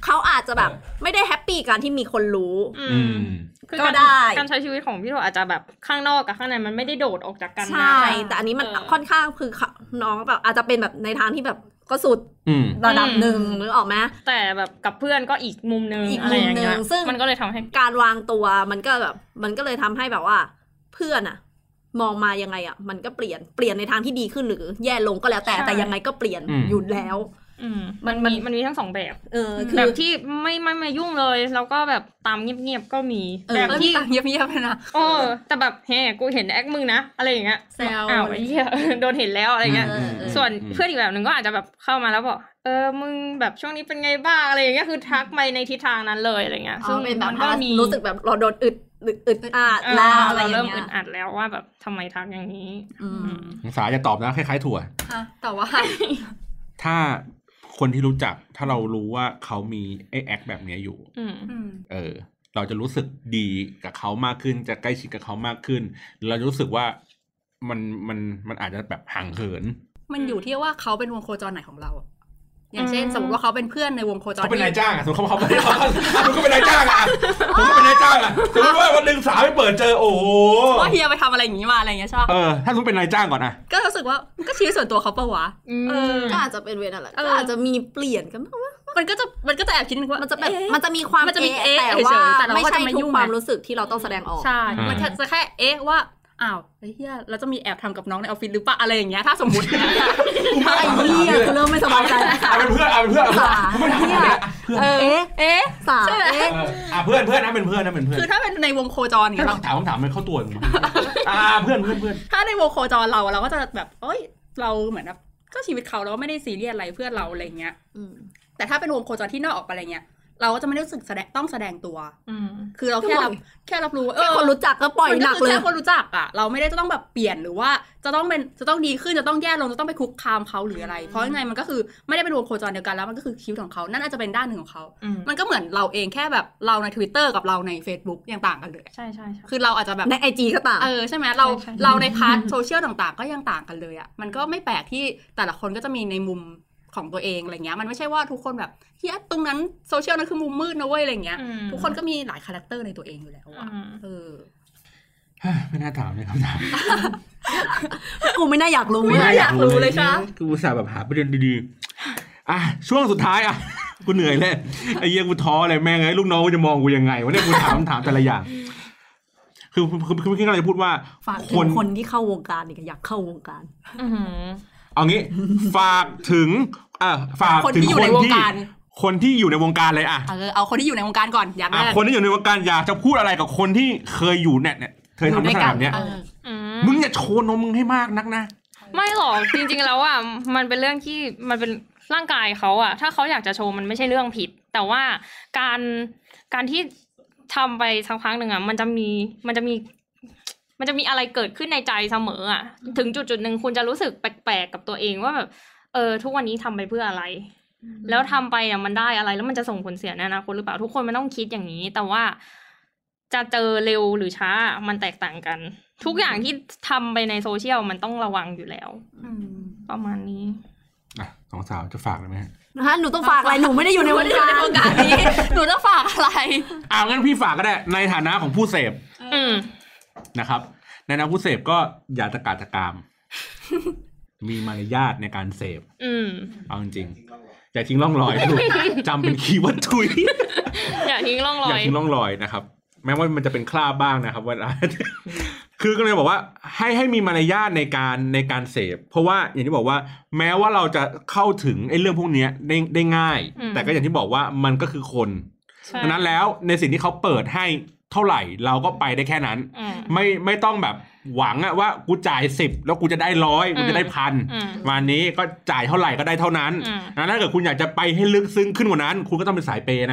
เขาอาจจะแบบไม่ได้แฮปปี้การที่มีคนรู้ก็ได้การใช้ชีวิตของพี่โทอาจจะแบบข้างนอกกับข้างในมันไม่ได้โดดออกจากกันใช่แต่อันนี้มันค่อนข้างคือน้องแบบอาจจะเป็นแบบในทางที่แบบก็สุดระดับหนึ่งหรือออกไหมแต่แบบกับเพื่อนก็อีกมุมนึงอีกมุมนึงซึ่งมันก็เลยทำให้การวางตัวมันก็แบบมันก็เลยทำให้แบบว่าเพื่อนอะมองมายังไงอะมันก็เปลี่ยนเปลี่ยนในทางที่ดีขึ้นหรือแย่ลงก็แล้วแต่แต่ยังไงก็เปลี่ยนอยู่แล้วมันมีมันมีทั้งสองแบบเออแบบที่ไม่ไม่มายุ่งเลยแล้วก็แบบตามเงียบๆก็มีแบบที่เงียบๆเลยนะเออแต่แบบเฮ้กูเห็นแอคมึงนะอะไรอย่างเงี้ยแซวอ้าวไอ้เหี้ยโดนเห็นแล้วอะไรเงี้ยส่วนเพื่อนอีกแบบนึงก็อาจจะแบบเข้ามาแล้วบอกเออมึงแบบช่วงนี้เป็นไงบ้างอะไรอย่างเงี้ยคือทักไปในทิศทางนั้นเลยอะไรเงี้ยซึ่งมันก็มีรู้สึกแบบเราโดนอึดอึดอัดแล้วอะไรอย่างเงี้ยเริ่มอึดอัดแล้วว่าแบบทำไมทักอย่างนี้สงสารจะตอบนะคล้ายๆถั่วแต่ว่าถ้าคนที่รู้จักถ้าเรารู้ว่าเขามีไอ้แอคแบบนี้อยู่เออเราจะรู้สึกดีกับเขามากขึ้นจะใกล้ชิดกับเขามากขึ้นเราจะรู้สึกว่ามันมันมันอาจจะแบบห่างเหินมันอยู่ที่ว่าเขาเป็นวงโคจรไหนของเราอย่างเช่นสมมติว่าเขาเป็นเพื่อนในวงโคจรเขาเป็นนายจ้างอ่ะสมมติเขาเขาเป็นเขาเป็นนายจ้างอ่ะเขาเป็นนายจ้างอ่ะสมมติว่าวันหนึ่งสาวไปเปิดเจอโอ้โหว่าเฮียไปทำอะไรอย่างนี้มาอะไรอย่างเงี้ยใช่เออถ้าสมมติเป็นนายจ้างก่อนอ่ะก็รู้สึกว่าก็ชีวิตส่วนตัวเขาปะวะเออก็อาจจะเป็นเวรอะไรก็อาจจะมีเปลี่ยนกันบ้างมันก็จะมันก็จะแอบคิดว่ามันจะแบบมันจะมีความมันจะมีเอ๊ะแต่ว่าไม่ใช่ทุกความรู้สึกที่เราต้องแสดงออกใช่มันจะแค่เอ๊ะว่าอ้าวไอ้เหี้ยเราจะมีแอบทำกับน้องในออฟฟิศหรือเปล่าอะไรอย่างเงี้ยถ้าสมมุติไอ้เหี้ยเริ่มไม่สบายใจเอาเป็นเพื่อนเอาเป็นเพื่อนไม่ทำอะไรเพื่อนเอ๊ะเอ๊ะสาเอ๊ะอ่ะเพื่อนเพื่อนนะเป็นเพื่อนนะเป็นเพื่อนคือถ้าเป็นในวงโคจรเนี่ยเราถามคำถามมันเข้าตัวอ่าเพื่อนเพื่อนเพื่อนถ้าในวงโคจรเราเราก็จะแบบเอ้ยเราเหมือนแบบก็ชีวิตเขาเราไม่ได้ซีเรียสอะไรเพื่อนเราอะไรเงี้ยแต่ถ้าเป็นวงโคจรที่นอกออกไปอะไรเงี้ยเราก็จะไม่ได้รู้สึกแสดงต้องแสดงตัวคือเราแค่รับแค่รับรู้แค่คนรู้จักก็ปล่อยหนักเลยแค่คนรู้จักอ่ะเราไม่ได้จะต้องแบบเปลี่ยนหรือว่าจะต้องเป็นจะต้องดีขึ้นจะต้องแย่ลงจะต้องไปคุกคามเขาหรืออะไรเพราะยังไงมันก็คือไม่ได้เป็นวงโคจรเดียวกันแล้วมันก็คือชีวิตของเขานั่นอาจจะเป็นด้านหนึ่งของเขามันก็เหมือนเราเองแค่แบบเราใน Twitter กับเราใน Facebook ยังต่างกันเลยใช่ใช่คือเราอาจจะแบบใน ไอ จี ก็ต่างเออใช่ไหมเราเราในพาร์ทโซเชียลต่างๆก็ยังต่างกันเลยอ่ะมันก็ไม่แปลกที่แต่ละคนก็จะมีในมุมของตัวเองอะไรเงี้ยมันไม่ใช่ว่าทุกคนแบบเฮียตรงนั้นโซเชียลนั้นคือมุมมืดนะเว้ยอะไรเงี้ยทุกคนก็มีหลายคาแรคเตอร์ในตัวเองอยู่แล้วอ่ะเออไม่น่าถามเลยคำถามกูไม่น่าอยากรู้ไม่น่าอยากรู้เลยใช่กูอุตส่าห์แบบหาประเด็นดีๆอ่ะช่วงสุดท้ายอ่ะกูเหนื่อยเลยไอ้เหี้ยกูท้อเลยแม่งไอ้ลูกน้องกูจะมองกูยังไงวะเนี่ยกูถามคำถามแต่ละอย่างคือคือคือพี่กำลังจะพูดว่าคนคนที่เข้าวงการนี่ก็อยากเข้าวงการเอางี้ฝากถึงอ่ะฝากถึงคนที่คนที่อยู่ในวงการเลยอ่ะเออเอาคนที่อยู่ในวงการก่อนอยากได้คนที่อยู่ในวงการอยากจะพูดอะไรกับคนที่เคยอยู่เนี่ยเนี่ยเคยทำลักษณะแบบเนี้ยมึงอย่าโชว์นมมึงให้มากนักนะไม่หรอกจริงๆแล้วอ่ะมันเป็นเรื่องที่มันเป็นร่างกายเขาอ่ะถ้าเขาอยากจะโชว์มันไม่ใช่เรื่องผิดแต่ว่าการการที่ทำไปสักพักหนึ่งอ่ะมันจะมีมันจะมีมันจะมีอะไรเกิดขึ้นในใจเสมออ่ะถึงจุดจุดหนึ่งคุณจะรู้สึกแปลกๆกับตัวเองว่าแบบเออทุกวันนี้ทำไปเพื่ออะไรแล้วทำไปเนี่ยมันได้อะไรแล้วมันจะส่งผลเสียในอนาคตหรือเปล่าทุกคนมันต้องคิดอย่างนี้แต่ว่าจะเจอเร็วหรือช้ามันแตกต่างกันทุกอย่างที่ทำไปในโซเชียลมันต้องระวังอยู่แล้วประมาณนี้อ่ะสองสาวจะฝากอะไรไหมฮะหนูต้องฝากอะไรหนูไม่ได้อยู่ในวงการนี้หนูต้องฝากอะไรอ้าวงั้นพี่ฝากก็ได้ในฐานะของผู้เสพนะครับในฐานะผู้เสพก็อย่าตะกาตะกามมีมารยาทในการเสพเอาจริงๆอย่าทิ้งร่องรอยถูกจำเป็นคีย์เวิร์ดทุยอย่าทิ้งร่องรอยอย่าทิ้งร่องรอยนะครับแม้ว่ามันจะเป็นคราบบ้างนะครับเวลาคือก็เลยบอกว่าให้ให้มีมารยาทในการในการเสพเพราะว่าอย่างที่บอกว่าแม้ว่าเราจะเข้าถึงไอ้เรื่องพวกนี้ได้ได้ง่ายแต่ก็อย่างที่บอกว่ามันก็คือคนดังนั้นแล้วในสิ่งที่เขาเปิดให้เท่าไหร่เราก็ไปได้แค่นั้นไม่ไม่ต้องแบบหวังอะว่ากูจ่ายสิบแล้วกูจะได้ร้อยกูจะได้พันวันนี้ก็จ่ายเท่าไหร่ก็ได้เท่านั้นนะถ้าเกิดคุณอยากจะไปให้ลึกซึ้งขึ้นกว่านั้นคุณก็ต้องเป็นสายเปย์นะฮะ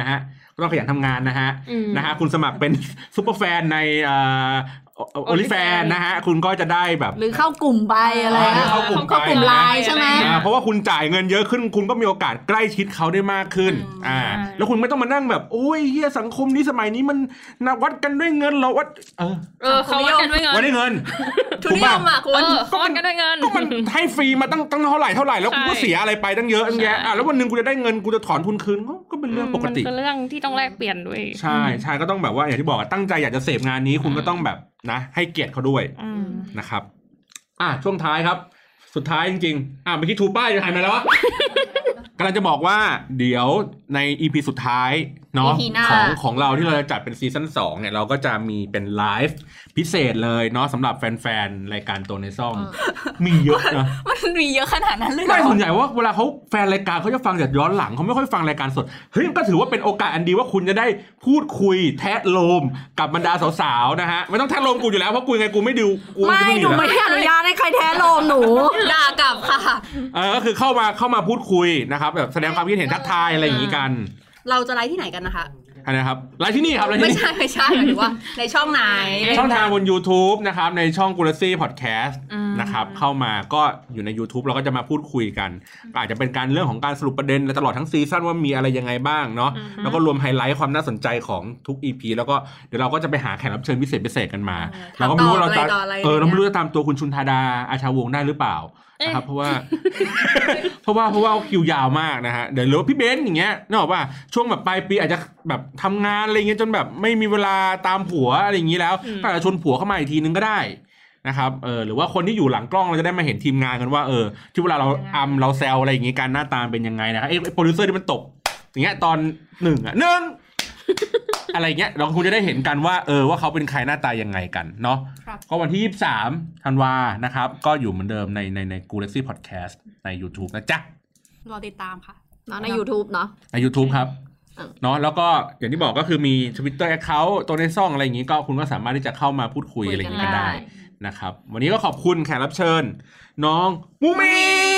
ก็ต้องขยันทำงานนะฮะนะฮะคุณสมัครเป็นซุปเปอร์แฟนในโอลิแฟนนะฮะคุณก็จะได้แบบหรือเข้ากลุ่มไปอะไรเข้ากลุ่มเข้ากลุ่มไลน์ใช่ไหมเพราะว่าคุณจ่ายเงินเยอะขึ้นคุณก็มีโอกาสใกล้ชิดเขาได้มากขึ้นอ่าแล้วคุณไม่ต้องมานั่งแบบโอ้ยเฮียสังคมนี้สมัยนี้มันนับวัดกันด้วยเงินเราวัดเออเออเขาวัดกันด้วยเงินวัดด้วยเงินทุนนิยมอ่ะคุณเขาวัดกันด้วยเงินก็มันให้ฟรีมาตั้งตั้งเท่าไหร่เท่าไหร่แล้วกูก็เสียอะไรไปตั้งเยอะตั้งแยะอ่ะแล้ววันนึงกูจะได้เงินกูจะถอนทุนคืนก็เป็นเรื่องปกติมันเป็นเรื่องที่ต้องแลกเปลี่ยนด้วยใช่ใช่ก็ต้องแบบว่าอย่างที่บอกตั้งใจอยากจะเสพงานนี้คุณก็ต้องแบบนะให้เกียรติเขาด้วยนะครับอ่ะช่วงท้ายครับสุดท้ายจริงๆอ่ะเมื่อกี้ทูป้ายจะหายไปแล้ววะกำลังจะบอกว่าเดี๋ยวใน อี พี สุดท้ายเนาะของของเราที่เราจะจัดเป็นซีซั่นสองเนี่ยเราก็จะมีเป็นไลฟ์พิเศษเลยเนาะสำหรับแฟนๆรายการตัวในซ่องมีเยอะนะมันมีเยอะขนาดนั้นเลยไม่ส่วนใหญ่ว่าเวลาเขาแฟนรายการเขาจะฟังจากย้อนหลังเขาไม่ค่อยฟังรายการสดเฮ้ยก็ถือว่าเป็นโอกาสอันดีว่าคุณจะได้พูดคุยแทะโลมกับบรรดาสาวๆนะฮะไม่ต้องแทะโลมกูอยู่แล้วเพราะกูไงกูไม่ดูกูไม่หนูไม่ได้อนุญาตให้ใครแทะโลมหนูด่ากลับค่ะเออก็คือเข้ามาเข้ามาพูดคุยนะครับแบบแสดงความคิดเห็นทักทายอะไรอย่างนี้กันเราจะไลฟ์ที่ไหนกันนะคะอันนี้ครับไลฟ์ที่นี่ครับไลฟ์ที่นี่ไม่ใช่ไม่ใช่หมายถึงว่าในช่องไหนช่องทางบน YouTube นะครับในช่อง Galaxy Podcast นะครับเข้ามาก็อยู่ใน YouTube เราก็จะมาพูดคุยกันอาจจะเป็นการเรื่องของการสรุปประเด็นตลอดทั้งซีซั่นว่ามีอะไรยังไงบ้างเนาะแล้วก็รวมไฮไลท์ความน่าสนใจของทุก อี พี แล้วก็เดี๋ยวเราก็จะไปหาแขกรับเชิญพิเศษพิเศษกันมาเราก็ไม่รู้เราจะเออเราไม่รู้จะตามตัวคุณชุนธาดาอาชาวงศ์ได้หรือเปล่านะครับเพราะว่าเพราะว่าเพราะว่าคิวยาวมากนะฮะเดี๋ยวหรือพี่เบนซ์อย่างเงี้ยนึกออกป่ะช่วงแบบปลายปีอาจจะแบบทำงานอะไรเงี้ยจนแบบไม่มีเวลาตามผัวอะไรอย่างงี้แล้วก็อาจจะชวนผัวเข้ามาอีกทีนึงก็ได้นะครับเออหรือว่าคนที่อยู่หลังกล้องเราจะได้มาเห็นทีมงานกันว่าเออที่เวลาเราอัมเราแซวอะไรอย่างงี้การหน้าตาเป็นยังไงนะครับไอ้โปรดิวเซอร์ที่มันตกอย่างเงี้ยตอนหนึ่งอ่ะหนึ่งอะไรเงี้ยเราคงจะได้เห็นกันว่าเออว่าเขาเป็นใครหน้าตายังไงกันเนาะก็วันที่ยี่สิบสามธันวานะครับก็อยู่เหมือนเดิมในในใน Galaxy Podcast ใน YouTube นะจ๊ะรอติดตามค่ะใน YouTube เนาะใน YouTube ครับเนาะแล้วก็อย่างที่บอกก็คือมี Twitter Account ตัวในซ่องอะไรอย่างงี้ก็คุณก็สามารถที่จะเข้ามาพูดคุยอะไรอย่างงี้กันได้นะครับวันนี้ก็ขอบคุณแขกรับเชิญน้องมูมิ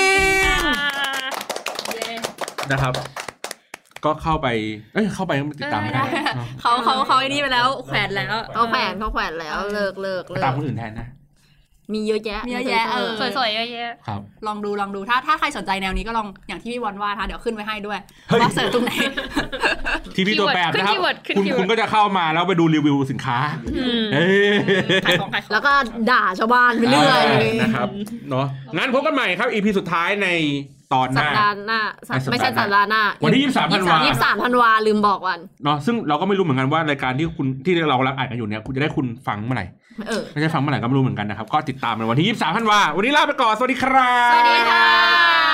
นะครับก็เข้าไปเอ้ยเข้าไปติดตามไม่ได้เขาเขาเขาไอ้นี่ไปแล้วแขวนแล้วเขาแขวนเขาแขวนแล้วเลิกเลิกเลิกตามคนอื่นแทนนะมีเยอะแยะมีเยอะแยะเออสวยๆเยอะแยะครับลองดูลองดูถ้าถ้าใครสนใจแนวนี้ก็ลองอย่างที่พี่วอนว่าค่ะเดี๋ยวขึ้นไว้ให้ด้วยว่าเสิร์ชตรงไหนทีพีตัวแปดนะครับคุณคุณก็จะเข้ามาแล้วไปดูรีวิวสินค้าแล้วก็ด่าชาวบ้านไปเรื่อยนะครับเนาะงั้นพบกันใหม่ครับ อี พี สุดท้ายในตอนหน้าสัปดาห์หน้าไม่ใช่สัปดาห์หน้าวันที่ยี่สิบสามธันวาคมยี่สิบสามธันวาลืมบอกวันเนาะซึ่งเราก็ไม่รู้เหมือนกันว่ารายการที่คุณที่เรารับอ่านกันอยู่เนี่ยคุณจะได้คุณฟังเมื่อไหร่เออไม่ใช่ฟังเมื่อไหร่ก็ไม่รู้เหมือนกันนะครับก็ติดตามในวันที่ยี่สิบสามธันวาคมวันนี้ลาไปก่อนสวัสดีครับสวัสดีค่ะ